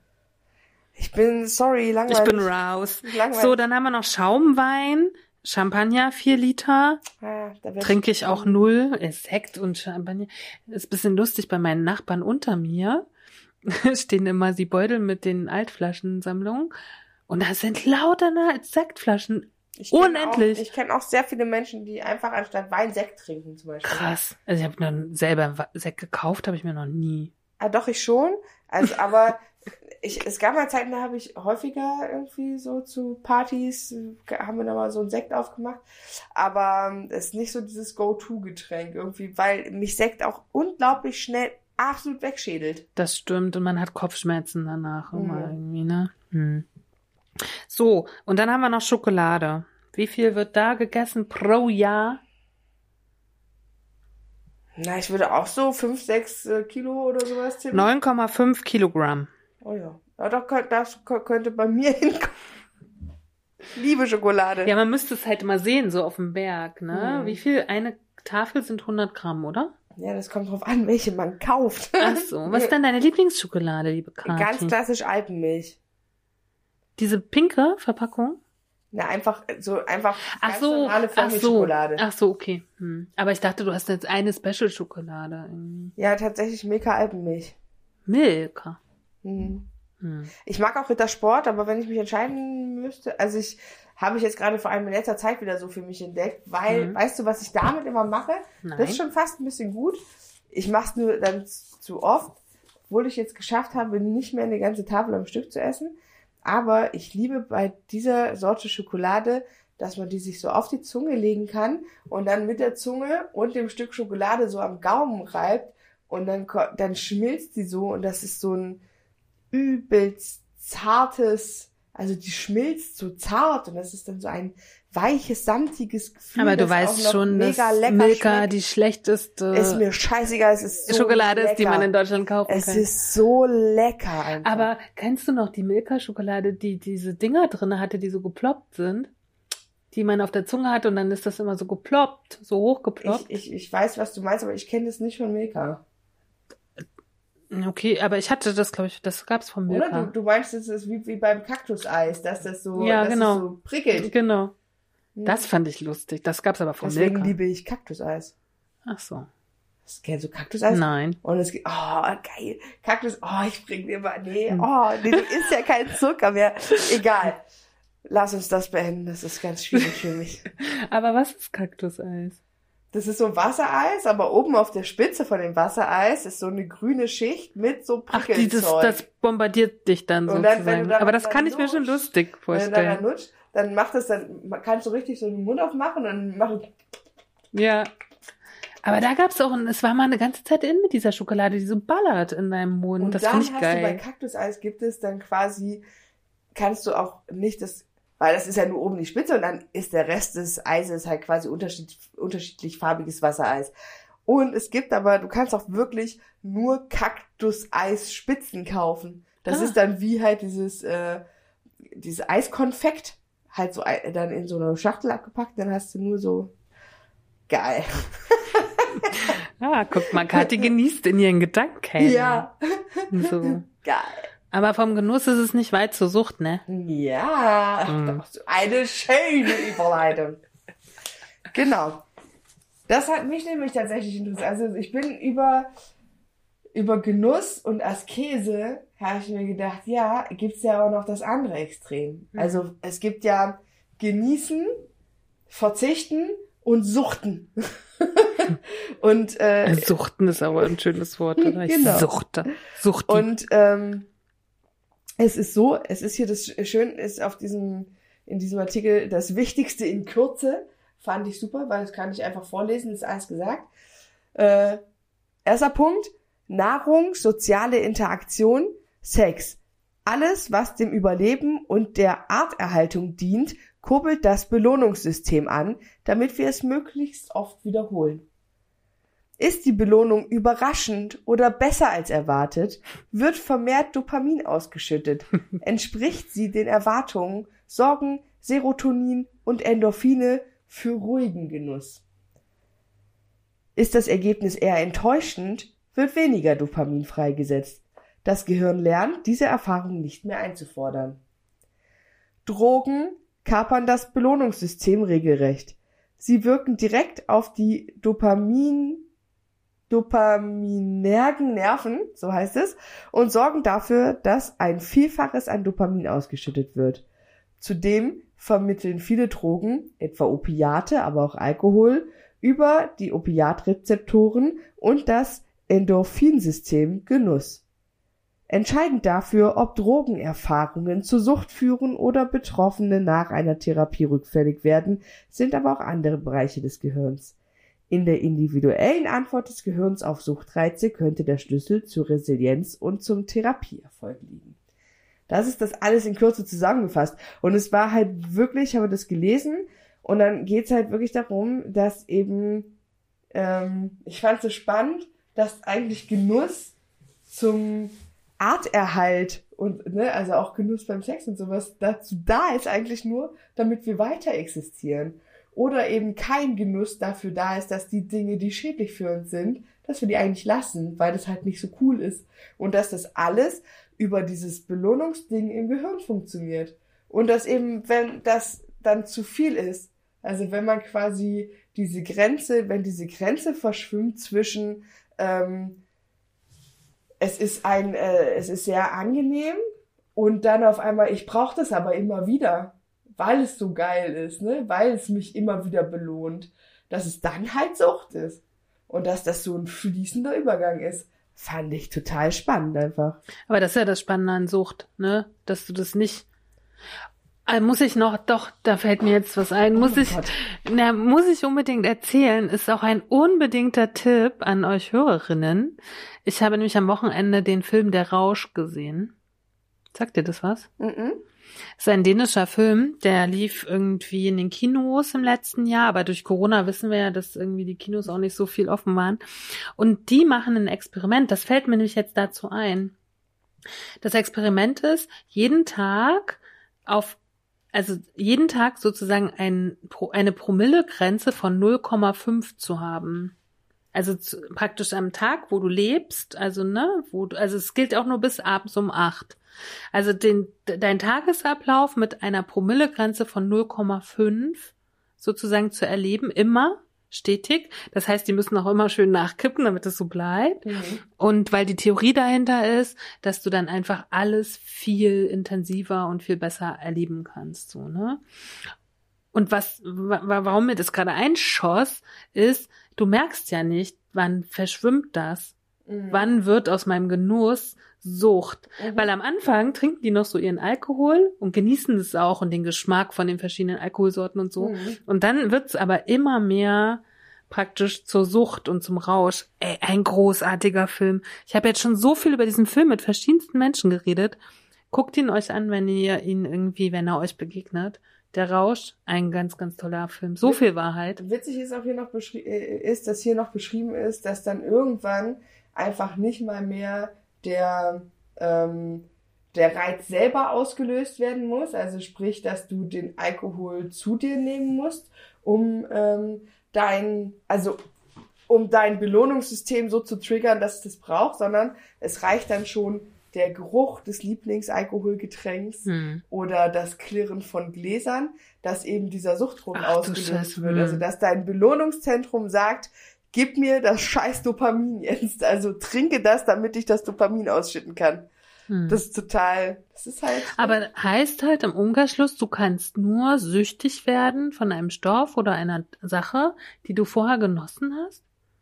Ich bin, sorry, Ich langweilig. bin raus. langweilig. So, dann haben wir noch Schaumwein, Champagner, vier Liter. Ah, da werd Trinke ich auch null. Äh, Sekt und Champagner. Ist ein bisschen lustig, bei meinen Nachbarn unter mir stehen immer die Beutel mit den Altflaschensammlungen. Und da sind lauter Sektflaschen. Ich kenn Unendlich. Auch, ich kenne auch sehr viele Menschen, die einfach anstatt Wein Sekt trinken zum Beispiel. Krass. Also ich habe noch selber Wa- Sekt gekauft, habe ich mir noch nie. Ah, doch, ich schon. Also, aber ich, es gab mal Zeiten, da habe ich häufiger irgendwie so zu Partys, äh, haben wir da mal so einen Sekt aufgemacht. Aber ähm, es ist nicht so dieses Go-To-Getränk irgendwie, weil mich Sekt auch unglaublich schnell absolut wegschädelt. Das stimmt. Und man hat Kopfschmerzen danach immer Mhm. irgendwie, ne? Hm. So, und dann haben wir noch Schokolade. Wie viel wird da gegessen pro Jahr? Na, ich würde auch so fünf, sechs äh, Kilo oder sowas tippen. neun Komma fünf Kilogramm. Oh ja. Ja, doch, könnt- das kö- könnte bei mir hinkommen. Liebe Schokolade. Ja, man müsste es halt mal sehen, so auf dem Berg, ne? Mhm. Wie viel? Eine Tafel sind hundert Gramm, oder? Ja, das kommt drauf an, welche man kauft. Ach so. Was ist denn deine Lieblingsschokolade, liebe Kathi? Ganz klassisch Alpenmilch. Diese pinke Verpackung? Na, einfach so, einfach Ach ganz so, normale ach so, Vollmilchschokolade. ach so, okay. Hm. Aber ich dachte, du hast jetzt eine Special-Schokolade. irgendwie. Ja, tatsächlich Milka Alpenmilch. Milka. Mhm. Hm. Ich mag auch Rittersport, aber wenn ich mich entscheiden müsste, also ich habe ich jetzt gerade vor allem in letzter Zeit wieder so für mich entdeckt, weil, Mhm. weißt du, was ich damit immer mache? Nein. Das ist schon fast ein bisschen gut. Ich mache es nur dann zu oft, obwohl ich jetzt geschafft habe, nicht mehr eine ganze Tafel am Stück zu essen. Aber ich liebe bei dieser Sorte Schokolade, dass man die sich so auf die Zunge legen kann und dann mit der Zunge und dem Stück Schokolade so am Gaumen reibt und dann, ko- dann schmilzt die so und das ist so ein übelst zartes, also die schmilzt so zart und das ist dann so ein weiches, samtiges Gefühl. Aber du das auch weißt noch schon, dass mega lecker Milka schmeckt. die schlechteste Ist mir scheißegal, es ist so Schokolade lecker. ist, die man in Deutschland kaufen Es kann. ist so lecker einfach. Aber kennst du noch die Milka-Schokolade, die diese Dinger drin hatte, die so geploppt sind? Die man auf der Zunge hat und dann ist das immer so geploppt, so hochgeploppt. ich, ich, ich weiß, was du meinst, aber ich kenne das nicht von Milka. Okay, aber ich hatte das, glaube ich, das gab's von Milka. Oder? Du, du meinst, das ist wie, wie beim Kaktuseis, dass das so, Ja, dass genau. es so prickelt. Genau. Hm. Das fand ich lustig. Das gab's aber von Deswegen Milka. liebe ich Kaktuseis. Ach so. Das kennst du Kaktuseis? Nein. Und es gibt, oh, geil. Kaktus, oh, ich bring dir mal, nee, Hm. oh, nee, du isst ja keinen Zucker mehr. Egal. Lass uns das beenden, das ist ganz schwierig für mich. Aber was ist Kaktuseis? Das ist so Wassereis, aber oben auf der Spitze von dem Wassereis ist so eine grüne Schicht mit so Ach, die, das, Prickelzeug. das bombardiert dich dann Und dann, wenn sozusagen. du daran Aber das dann kann ich mir schon lutschst, lustig Wenn du daran vorstellen. lutscht, dann macht es dann, man kannst du richtig so den Mund aufmachen und dann macht Ja. Aber da gab's auch, es war mal eine ganze Zeit in mit dieser Schokolade, die so ballert in deinem Mund. und das dann finde ich hast du bei geil. Kaktuseis gibt es dann quasi, kannst du auch nicht das, weil das ist ja nur oben die Spitze und dann ist der Rest des Eises halt quasi unterschied, unterschiedlich farbiges Wassereis. Und es gibt aber, du kannst auch wirklich nur Kaktuseis-Spitzen kaufen. Das Ah. ist dann wie halt dieses, äh, dieses Eiskonfekt, halt so ei- dann in so eine Schachtel abgepackt, dann hast du nur so, geil. Ah, guck mal, Kathi genießt in ihren Gedanken. Ja, So. geil. Aber vom Genuss ist es nicht weit zur Sucht, ne? Ja, Mhm. doch, so eine schöne Überleitung. Genau. Das hat mich nämlich tatsächlich interessiert. Also ich bin über, über Genuss und Askese, habe ich mir gedacht, ja, gibt's ja auch noch das andere Extrem. Mhm. Also es gibt ja Genießen, Verzichten und Suchten. und äh, Suchten ist aber ein schönes Wort, oder? Ich Genau. suchte. Suchten. Und ähm, es ist so, es ist hier das Schöne ist auf diesem, in diesem Artikel das Wichtigste in Kürze, fand ich super, weil das kann ich einfach vorlesen, ist alles gesagt. Äh, erster Punkt, Nahrung, soziale Interaktion, Sex. Alles, was dem Überleben und der Arterhaltung dient, kurbelt das Belohnungssystem an, damit wir es möglichst oft wiederholen. Ist die Belohnung überraschend oder besser als erwartet, wird vermehrt Dopamin ausgeschüttet. Entspricht sie den Erwartungen, sorgen Serotonin und Endorphine für ruhigen Genuss. Ist das Ergebnis eher enttäuschend, wird weniger Dopamin freigesetzt. Das Gehirn lernt, diese Erfahrung nicht mehr einzufordern. Drogen kapern das Belohnungssystem regelrecht. Sie wirken direkt auf die Dopamin dopaminergen Nerven, so heißt es, und sorgen dafür, dass ein Vielfaches an Dopamin ausgeschüttet wird. Zudem vermitteln viele Drogen, etwa Opiate, aber auch Alkohol, über die Opiatrezeptoren und das Endorphinsystem Genuss. Entscheidend dafür, ob Drogenerfahrungen zu Sucht führen oder Betroffene nach einer Therapie rückfällig werden, sind aber auch andere Bereiche des Gehirns. In der individuellen Antwort des Gehirns auf Suchtreize könnte der Schlüssel zur Resilienz und zum Therapieerfolg liegen. Das ist das alles in Kürze zusammengefasst. Und es war halt wirklich, ich habe das gelesen, und dann geht's halt wirklich darum, dass eben, ähm, ich fand es so spannend, dass eigentlich Genuss zum Arterhalt und, ne, also auch Genuss beim Sex und sowas dazu da ist eigentlich nur, damit wir weiter existieren. Oder eben kein Genuss dafür da ist, dass die Dinge, die schädlich für uns sind, dass wir die eigentlich lassen, weil das halt nicht so cool ist. Und dass das alles über dieses Belohnungsding im Gehirn funktioniert. Und dass eben, wenn das dann zu viel ist, also wenn man quasi diese Grenze, wenn diese Grenze verschwimmt zwischen, ähm, es ist ein, äh, es ist sehr angenehm und dann auf einmal, ich brauche das aber immer wieder. weil es so geil ist, ne, weil es mich immer wieder belohnt, dass es dann halt Sucht ist. Und dass das so ein fließender Übergang ist, fand ich total spannend einfach. Aber das ist ja das Spannende an Sucht, ne, dass du das nicht... Also muss ich noch, doch, da fällt mir jetzt was ein, muss Oh ich, Gott. na, muss ich unbedingt erzählen, ist auch ein unbedingter Tipp an euch Hörerinnen. Ich habe nämlich am Wochenende den Film Der Rausch gesehen. Sagt ihr das was? Mhm. Das ist ein dänischer Film, der lief irgendwie in den Kinos im letzten Jahr, aber durch Corona wissen wir ja, dass irgendwie die Kinos auch nicht so viel offen waren. Und die machen ein Experiment, das fällt mir nämlich jetzt dazu ein. Das Experiment ist, jeden Tag auf Also jeden Tag sozusagen ein, eine Promillegrenze von null Komma fünf zu haben. Also zu, praktisch am Tag, wo du lebst, also ne, wo du, also es gilt auch nur bis abends um acht. Also den, dein Tagesablauf mit einer Promillegrenze von null Komma fünf sozusagen zu erleben, immer stetig. Das heißt, die müssen auch immer schön nachkippen, damit es so bleibt. Mhm. Und weil die Theorie dahinter ist, dass du dann einfach alles viel intensiver und viel besser erleben kannst, so, ne? Und was, wa- warum mir das gerade einschoss, ist, du merkst ja nicht, wann verschwimmt das? Mhm. Wann wird aus meinem Genuss Sucht? Mhm. Weil am Anfang trinken die noch so ihren Alkohol und genießen es auch und den Geschmack von den verschiedenen Alkoholsorten und so. Mhm. Und dann wird's aber immer mehr praktisch zur Sucht und zum Rausch. Ey, ein großartiger Film. Ich habe jetzt schon so viel über diesen Film mit verschiedensten Menschen geredet. Guckt ihn euch an, wenn ihr ihn irgendwie, wenn er euch begegnet. Der Rausch, ein ganz, ganz toller Film. So viel Wahrheit. Witzig ist auch hier noch beschri- äh, ist, dass hier noch beschrieben ist, dass dann irgendwann einfach nicht mal mehr der, ähm, der Reiz selber ausgelöst werden muss. Also sprich, dass du den Alkohol zu dir nehmen musst, um ähm, dein, also um dein Belohnungssystem so zu triggern, dass es das braucht, sondern es reicht dann schon der Geruch des Lieblingsalkoholgetränks Hm. oder das Klirren von Gläsern, dass eben dieser Suchtdruck Ach du ausgelöst Scheiße, wird. hm. Also dass dein Belohnungszentrum sagt, gib mir das scheiß Dopamin jetzt. Also trinke das, damit ich das Dopamin ausschütten kann. Hm. Das ist total, das ist halt... Aber heißt halt im Umkehrschluss, du kannst nur süchtig werden von einem Stoff oder einer Sache, die du vorher genossen hast?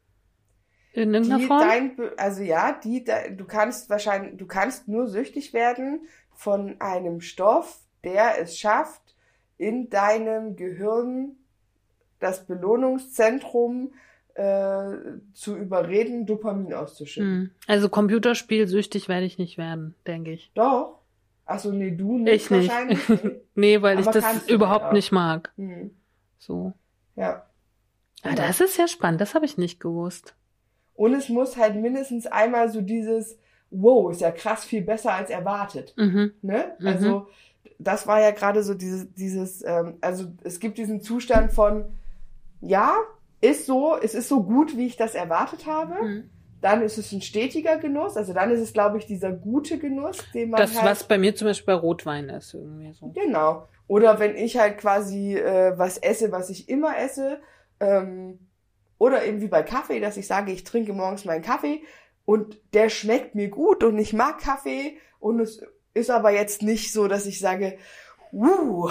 In irgendeiner die Form? dein, Be- also ja, die, de- du kannst wahrscheinlich, du kannst nur süchtig werden von einem Stoff, der es schafft, in deinem Gehirn das Belohnungszentrum äh, zu überreden, Dopamin auszuschütten. Hm. Also Computerspielsüchtig werde ich nicht werden, denke ich. Doch. Achso, nee, du nicht Ich nicht. wahrscheinlich. Nee. Nee, weil ich Aber das kannst du überhaupt halt auch. nicht mag. Hm. So. Ja. Ah, das ist ja spannend, das habe ich nicht gewusst. Und es muss halt mindestens einmal so dieses, wow, ist ja krass viel besser als erwartet. Mhm. Ne? Mhm. Also das war ja gerade so dieses, dieses, ähm, also es gibt diesen Zustand von, ja, ist so, es ist so gut, wie ich das erwartet habe. Mhm. Dann ist es ein stetiger Genuss, also dann ist es, glaube ich, dieser gute Genuss, den man Das, halt... was bei mir zum Beispiel bei Rotwein ist, irgendwie so. Genau. Oder wenn ich halt quasi äh, was esse, was ich immer esse, ähm, oder eben wie bei Kaffee, dass ich sage, ich trinke morgens meinen Kaffee und der schmeckt mir gut und ich mag Kaffee und es ist aber jetzt nicht so, dass ich sage, uh,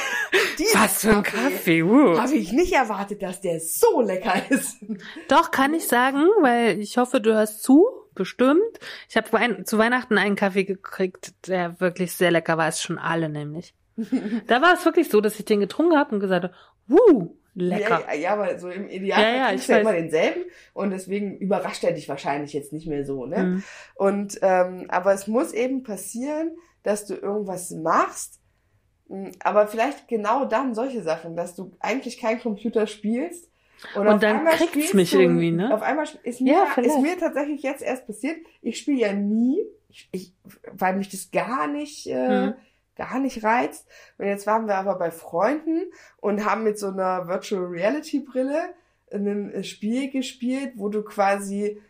Was für ein Kaffee, uh. habe ich nicht erwartet, dass der so lecker ist. Doch, kann ich sagen, weil ich hoffe, du hörst zu, bestimmt. Ich habe Wein- zu Weihnachten einen Kaffee gekriegt, der wirklich sehr lecker war, ist schon alle nämlich. Da war es wirklich so, dass ich den getrunken habe und gesagt habe, wuh, lecker. Ja, ja, aber so im Idealfall Ja, ja, trinkst ich du ja weiß. immer denselben und deswegen überrascht er dich wahrscheinlich jetzt nicht mehr so, ne? Mhm. Und ähm, aber es muss eben passieren, dass du irgendwas machst, mh, aber vielleicht genau dann solche Sachen, dass du eigentlich kein Computer spielst und, Und auf dann einmal kriegt's spielst mich du, irgendwie, ne? Auf einmal sp- ist mir Ja, vielleicht. ist mir tatsächlich jetzt erst passiert. Ich spiele ja nie, ich, ich, weil mich das gar nicht äh, Mhm. gar nicht reizt. Und jetzt waren wir aber bei Freunden und haben mit so einer Virtual Reality Brille ein Spiel gespielt, wo du quasi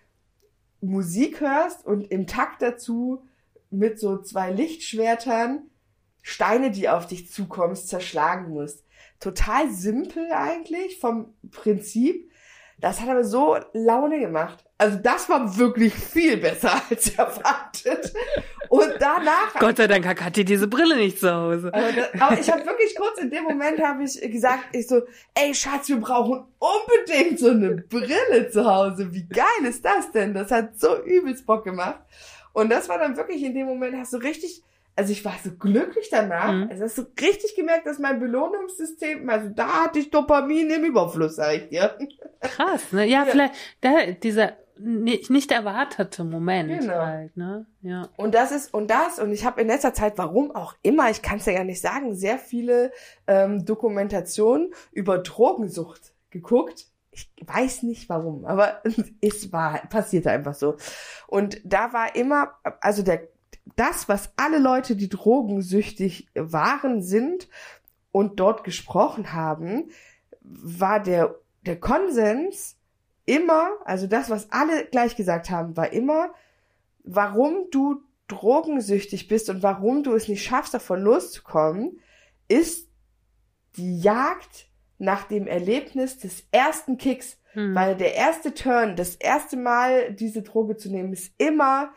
Musik hörst und im Takt dazu mit so zwei Lichtschwertern Steine, die auf dich zukommst, zerschlagen musst. Total simpel eigentlich vom Prinzip. Das hat aber so Laune gemacht. Also das war wirklich viel besser als erwartet. Und danach... Gott sei Dank hat Kathi diese Brille nicht zu Hause. Aber, das, aber ich habe wirklich kurz in dem Moment habe ich gesagt, ich so, ey Schatz, wir brauchen unbedingt so eine Brille zu Hause. Wie geil ist das denn? Das hat so übelst Bock gemacht. Und das war dann wirklich in dem Moment, hast du richtig... Also ich war so glücklich danach. Mhm. Also hast du richtig gemerkt, dass mein Belohnungssystem, also da hatte ich Dopamin im Überfluss, sag ich dir. Krass, ne? Ja, ja. vielleicht da, dieser nicht, nicht erwartete Moment genau. halt, ne? Ja. Und das ist, und das, und ich habe in letzter Zeit, warum auch immer, ich kann es ja gar nicht sagen, sehr viele ähm, Dokumentationen über Drogensucht geguckt. Ich weiß nicht warum, aber es war, passierte einfach so. Und da war immer, also der das, was alle Leute, die drogensüchtig waren, sind und dort gesprochen haben, war der, der Konsens immer, also das, was alle gleich gesagt haben, war immer, warum du drogensüchtig bist und warum du es nicht schaffst, davon loszukommen, ist die Jagd nach dem Erlebnis des ersten Kicks. Hm. Weil der erste Turn, das erste Mal diese Droge zu nehmen, ist immer...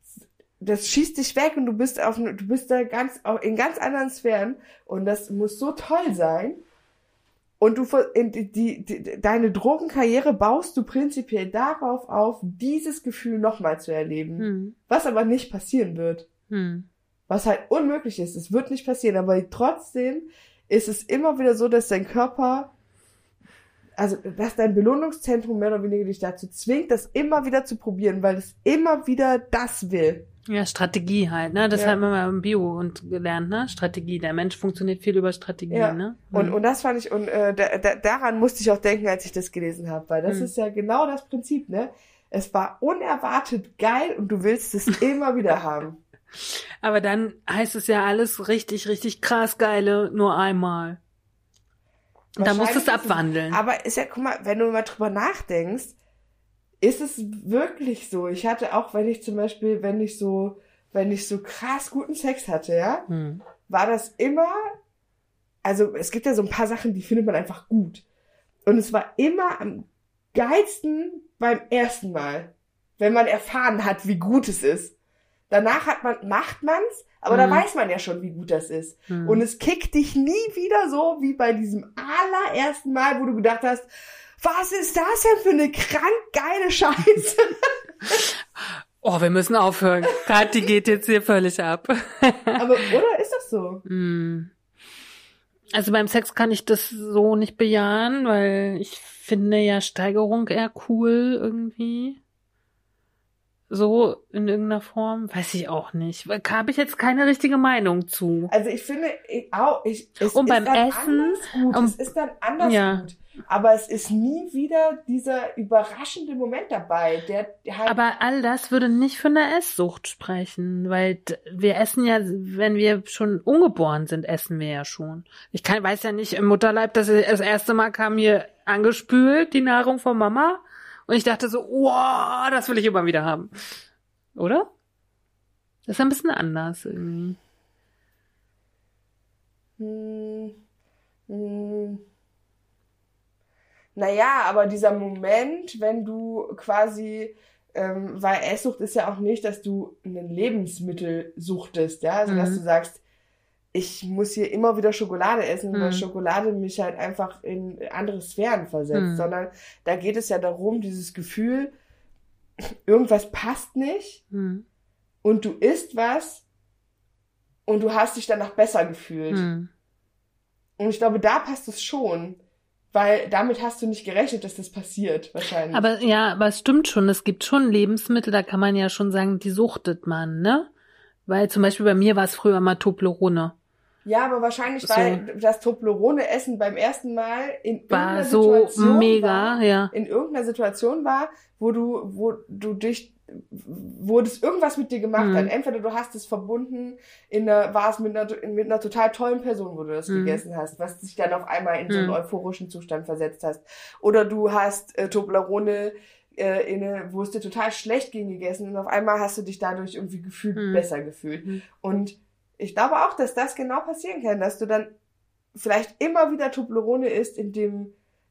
Das schießt dich weg und du bist auf, du bist da ganz, in ganz anderen Sphären und das muss so toll sein. Und du, die, die, die, deine Drogenkarriere baust du prinzipiell darauf auf, dieses Gefühl nochmal zu erleben. Hm. Was aber nicht passieren wird. Hm. Was halt unmöglich ist. Es wird nicht passieren, aber trotzdem ist es immer wieder so, dass dein Körper, also, dass dein Belohnungszentrum mehr oder weniger dich dazu zwingt, das immer wieder zu probieren, weil es immer wieder das will. Ja, Strategie halt, ne? Das ja. haben wir mal im Bio und gelernt, ne? Strategie. Der Mensch funktioniert viel über Strategie, ja. ne? Mhm. Und, und das fand ich, und äh, da, da, daran musste ich auch denken, als ich das gelesen habe, weil das mhm. ist ja genau das Prinzip, ne? Es war unerwartet geil und du willst es immer wieder haben. Aber dann heißt es ja alles richtig, richtig krass geile, nur einmal. Und da musst du es abwandeln. Aber ist ja, guck mal, wenn du mal drüber nachdenkst, ist es wirklich so. Ich hatte auch, wenn ich zum Beispiel, wenn ich so, wenn ich so krass guten Sex hatte, ja, hm. war das immer, also es gibt ja so ein paar Sachen, die findet man einfach gut. Und es war immer am geilsten beim ersten Mal, wenn man erfahren hat, wie gut es ist. Danach hat man, macht man's, aber hm. da weiß man ja schon, wie gut das ist. Hm. Und es kickt dich nie wieder so, wie bei diesem allerersten Mal, wo du gedacht hast, was ist das denn für eine krank geile Scheiße? Oh, wir müssen aufhören. Kathi geht jetzt hier völlig ab. Aber, oder? Ist das so? Also beim Sex kann ich das so nicht bejahen, weil ich finde ja Steigerung eher cool irgendwie. So in irgendeiner Form, weiß ich auch nicht. Habe ich jetzt keine richtige Meinung zu. Also ich finde ich, auch, ich, es und ist beim dann Essen, anders gut. Um, es ist dann anders ja. gut. Aber es ist nie wieder dieser überraschende Moment dabei, der halt. Aber all das würde nicht für eine Esssucht sprechen, weil wir essen ja, wenn wir schon ungeboren sind, essen wir ja schon. Ich kann, weiß ja nicht im Mutterleib, dass das erste Mal kam hier angespült, die Nahrung von Mama. Und ich dachte so, wow, das will ich immer wieder haben. Oder? Das ist ein bisschen anders irgendwie. Hm. Hm. Naja, aber dieser Moment, wenn du quasi, ähm, weil Esssucht ist ja auch nicht, dass du ein Lebensmittel suchtest, ja, also mhm. dass du sagst, ich muss hier immer wieder Schokolade essen, mhm. weil Schokolade mich halt einfach in andere Sphären versetzt, mhm. sondern da geht es ja darum, dieses Gefühl, irgendwas passt nicht mhm. und du isst was und du hast dich danach besser gefühlt. Mhm. Und ich glaube, da passt es schon. Weil damit hast du nicht gerechnet, dass das passiert, wahrscheinlich. Aber ja, aber es stimmt schon, es gibt schon Lebensmittel, da kann man ja schon sagen, die suchtet man, ne? Weil zum Beispiel bei mir war es früher mal Toblerone. Ja, aber wahrscheinlich, so. Weil das Toblerone-Essen beim ersten Mal in war irgendeiner so Situation mega, war, ja. in irgendeiner Situation war, wo du, wo du dich, wo das irgendwas mit dir gemacht mhm. hat. Entweder du hast es verbunden, in einer, war es mit einer, mit einer total tollen Person, wo du das mhm. gegessen hast, was dich dann auf einmal in so einen mhm. euphorischen Zustand versetzt hast. Oder du hast äh, Toblerone, äh, in eine, wo es dir total schlecht ging, gegessen und auf einmal hast du dich dadurch irgendwie gefühlt mhm. besser gefühlt. Mhm. Und ich glaube auch, dass das genau passieren kann, dass du dann vielleicht immer wieder Toblerone isst in dem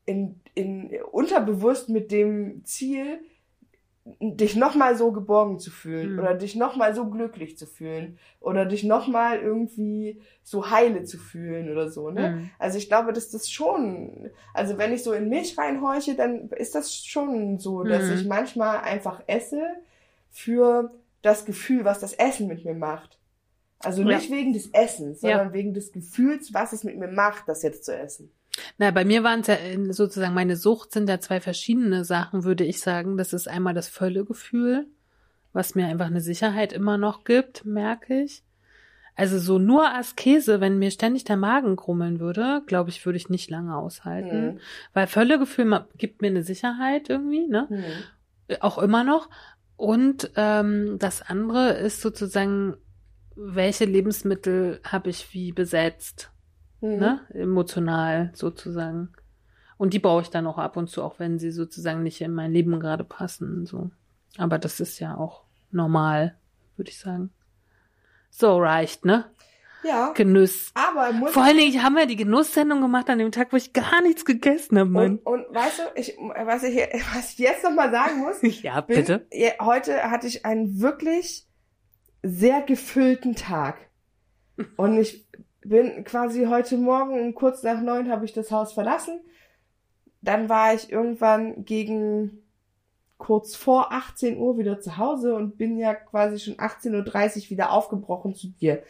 in, in unterbewusst mit dem Ziel, dich nochmal so geborgen zu fühlen, Mhm. oder dich nochmal so glücklich zu fühlen, oder dich nochmal irgendwie so heile zu fühlen oder so, ne? Mhm. Also ich glaube, dass das schon, also wenn ich so in mich reinhorche, dann ist das schon so, dass Mhm. ich manchmal einfach esse für das Gefühl, was das Essen mit mir macht. Also Ja. nicht wegen des Essens, Ja. sondern wegen des Gefühls, was es mit mir macht, das jetzt zu essen. Na, bei mir waren es ja äh, sozusagen, meine Sucht sind ja zwei verschiedene Sachen, würde ich sagen. Das ist einmal das Völlegefühl, was mir einfach eine Sicherheit immer noch gibt, merke ich. Also so nur Askese, wenn mir ständig der Magen krummeln würde, glaube ich, würde ich nicht lange aushalten. Mhm. Weil Völlegefühl ma- gibt mir eine Sicherheit irgendwie, ne? Mhm. Äh, Auch immer noch. Und ähm, das andere ist sozusagen, welche Lebensmittel habe ich wie besetzt? Mhm. Ne, emotional sozusagen. Und die brauche ich dann auch ab und zu, auch wenn sie sozusagen nicht in mein Leben gerade passen. So. Aber das ist ja auch normal, würde ich sagen. So reicht, ne? Ja, Genuss. aber muss Vor allen Dingen haben wir die Genusssendung gemacht an dem Tag, wo ich gar nichts gegessen habe, Mann. und, und weißt du, ich, was ich, was ich jetzt nochmal sagen muss, Ja, bin, bitte. ja, heute hatte ich einen wirklich sehr gefüllten Tag. Und ich bin quasi heute Morgen um kurz nach neun habe ich das Haus verlassen. Dann war ich irgendwann gegen kurz vor achtzehn Uhr wieder zu Hause und bin ja quasi schon achtzehn Uhr dreißig wieder aufgebrochen zu dir.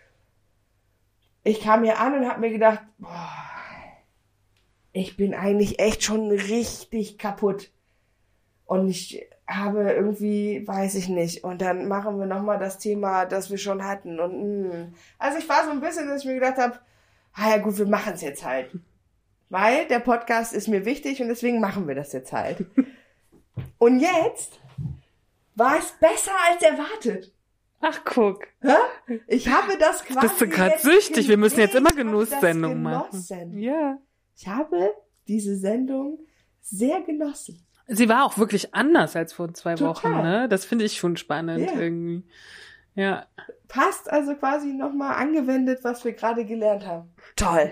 Ich kam hier an und habe mir gedacht, boah, ich bin eigentlich echt schon richtig kaputt. Und ich habe irgendwie, weiß ich nicht, und dann machen wir nochmal das Thema, das wir schon hatten. Und mh. Also ich war so ein bisschen, dass ich mir gedacht habe, ah ja gut, wir machen es jetzt halt. Weil der Podcast ist mir wichtig und deswegen machen wir das jetzt halt. Und jetzt war es besser als erwartet. Ach, guck. Hä? Ich habe das quasi Bist du gerade jetzt süchtig? Wir müssen jetzt immer ich habe Genusssendungen das machen. genossen. Ja. Ich habe diese Sendung sehr genossen. Sie war auch wirklich anders als vor zwei Total. Wochen, ne? Das finde ich schon spannend Ja. irgendwie. Ja. Passt also quasi nochmal angewendet, was wir gerade gelernt haben. Toll.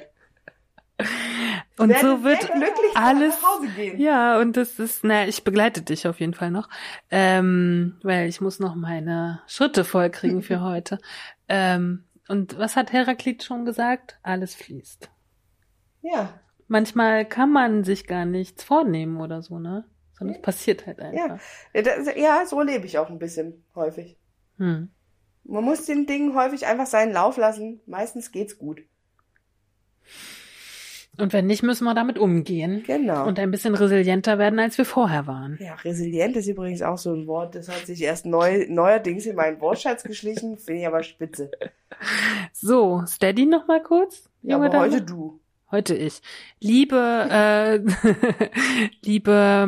Und Werde so wird sehr glücklich alles, nach Hause gehen. ja, und das ist, naja, ich begleite dich auf jeden Fall noch, ähm, weil ich muss noch meine Schritte vollkriegen für heute. Ähm, und was hat Heraklit schon gesagt? Alles fließt. Ja. Manchmal kann man sich gar nichts vornehmen oder so, ne? Sondern es passiert halt einfach. Ja. Das, ja, so lebe ich auch ein bisschen häufig. Hm. Man muss den Dingen häufig einfach seinen Lauf lassen. Meistens geht's gut. Und wenn nicht, müssen wir damit umgehen. Genau. Und ein bisschen resilienter werden, als wir vorher waren. Ja, resilient ist übrigens auch so ein Wort, das hat sich erst neu, neuerdings in meinen Wortschatz geschlichen, finde ich aber spitze. So, Steady noch mal kurz. Ja, junge aber Dame. heute du. Heute ich. Liebe, äh, liebe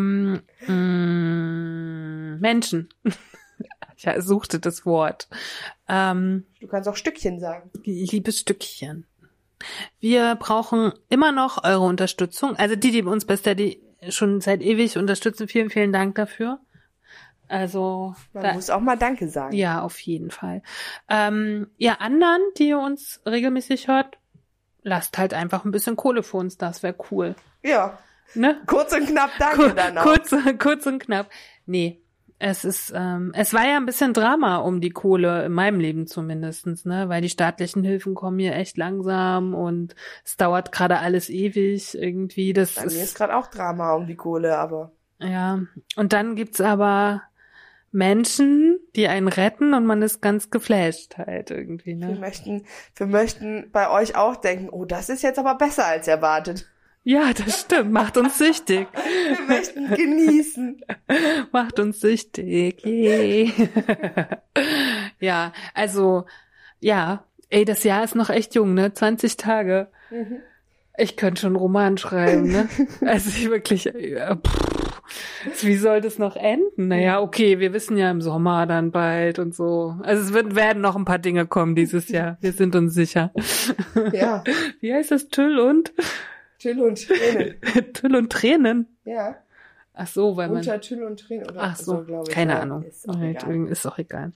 mm, Menschen. Ich suchte das Wort. Ähm, Du kannst auch Stückchen sagen. liebes Stückchen. Wir brauchen immer noch eure Unterstützung. Also die, die uns bei Steady schon seit ewig unterstützen. Vielen, vielen Dank dafür. Also Man da, muss auch mal Danke sagen. ja, auf jeden Fall. Ähm, ihr anderen, die ihr uns regelmäßig hört, lasst halt einfach ein bisschen Kohle für uns. Das wäre cool. Ja. Ne? Kurz und knapp Danke Kur dann auch. kurz, kurz und knapp. Nee, es ist, ähm, es war ja ein bisschen Drama um die Kohle, in meinem Leben zumindestens, ne, weil die staatlichen Hilfen kommen hier echt langsam und es dauert gerade alles ewig irgendwie. Das Bei mir ist ist, gerade auch Drama um die Kohle, aber ja. Und dann gibt's aber Menschen, die einen retten und man ist ganz geflasht halt irgendwie, wir ne. möchten, wir möchten bei euch auch denken, oh, das ist jetzt aber besser als erwartet. Ja, das stimmt. Macht uns süchtig. Wir möchten genießen. Macht uns süchtig. Yay. Ja, also, ja, ey, das Jahr ist noch echt jung, ne? zwanzig Tage. Mhm. Ich könnte schon einen Roman schreiben, ne? Also ich wirklich, äh, pff, wie soll das noch enden? Naja, okay, wir wissen ja im Sommer dann bald und so. Also es wird, werden noch ein paar Dinge kommen dieses Jahr. Wir sind uns sicher. Ja, Wie heißt das? Tüll und? Tüll und Tränen. Tüll und Tränen? Ja, Ach so, weil man... unter Tüll und Tränen oder Ach so, glaube ich. keine Ja, Ahnung. Ist auch Halt, egal. Ist auch egal.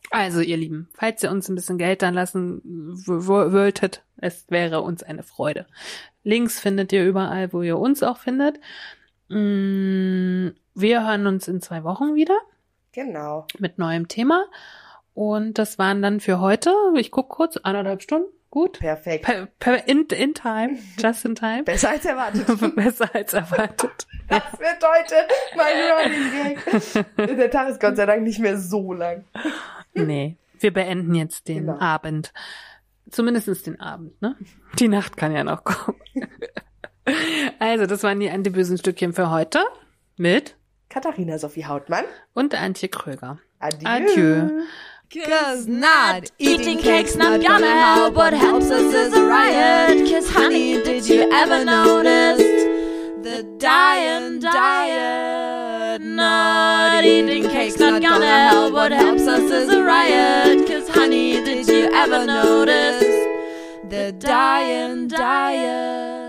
Also, ihr Lieben, falls ihr uns ein bisschen Geld da lassen w- w- wolltet, es wäre uns eine Freude. Links findet ihr überall, wo ihr uns auch findet. Mm, Wir hören uns in zwei Wochen wieder Genau. mit neuem Thema. Und das waren dann für heute, ich gucke kurz, eineinhalb Stunden. Gut. Perfekt. Per, per, in, in time, just in time. Besser als erwartet. Besser als erwartet. Das wird heute mein Running Gag. Der Tag ist Gott sei Dank nicht mehr so lang. Nee, wir beenden jetzt den Genau. Abend. Zumindest den Abend, ne? Die Nacht kann ja noch kommen. Also, das waren die antibösen Stückchen für heute mit Katharina Sophie Hautmann. und Antje Kröger. Adieu. Adieu. Cause not eating cake's not gonna help. What helps us is a riot. Cause honey, did you ever notice the dying diet? Not eating cake's not gonna help. What helps us is a riot. Cause honey, did you ever notice the dying diet?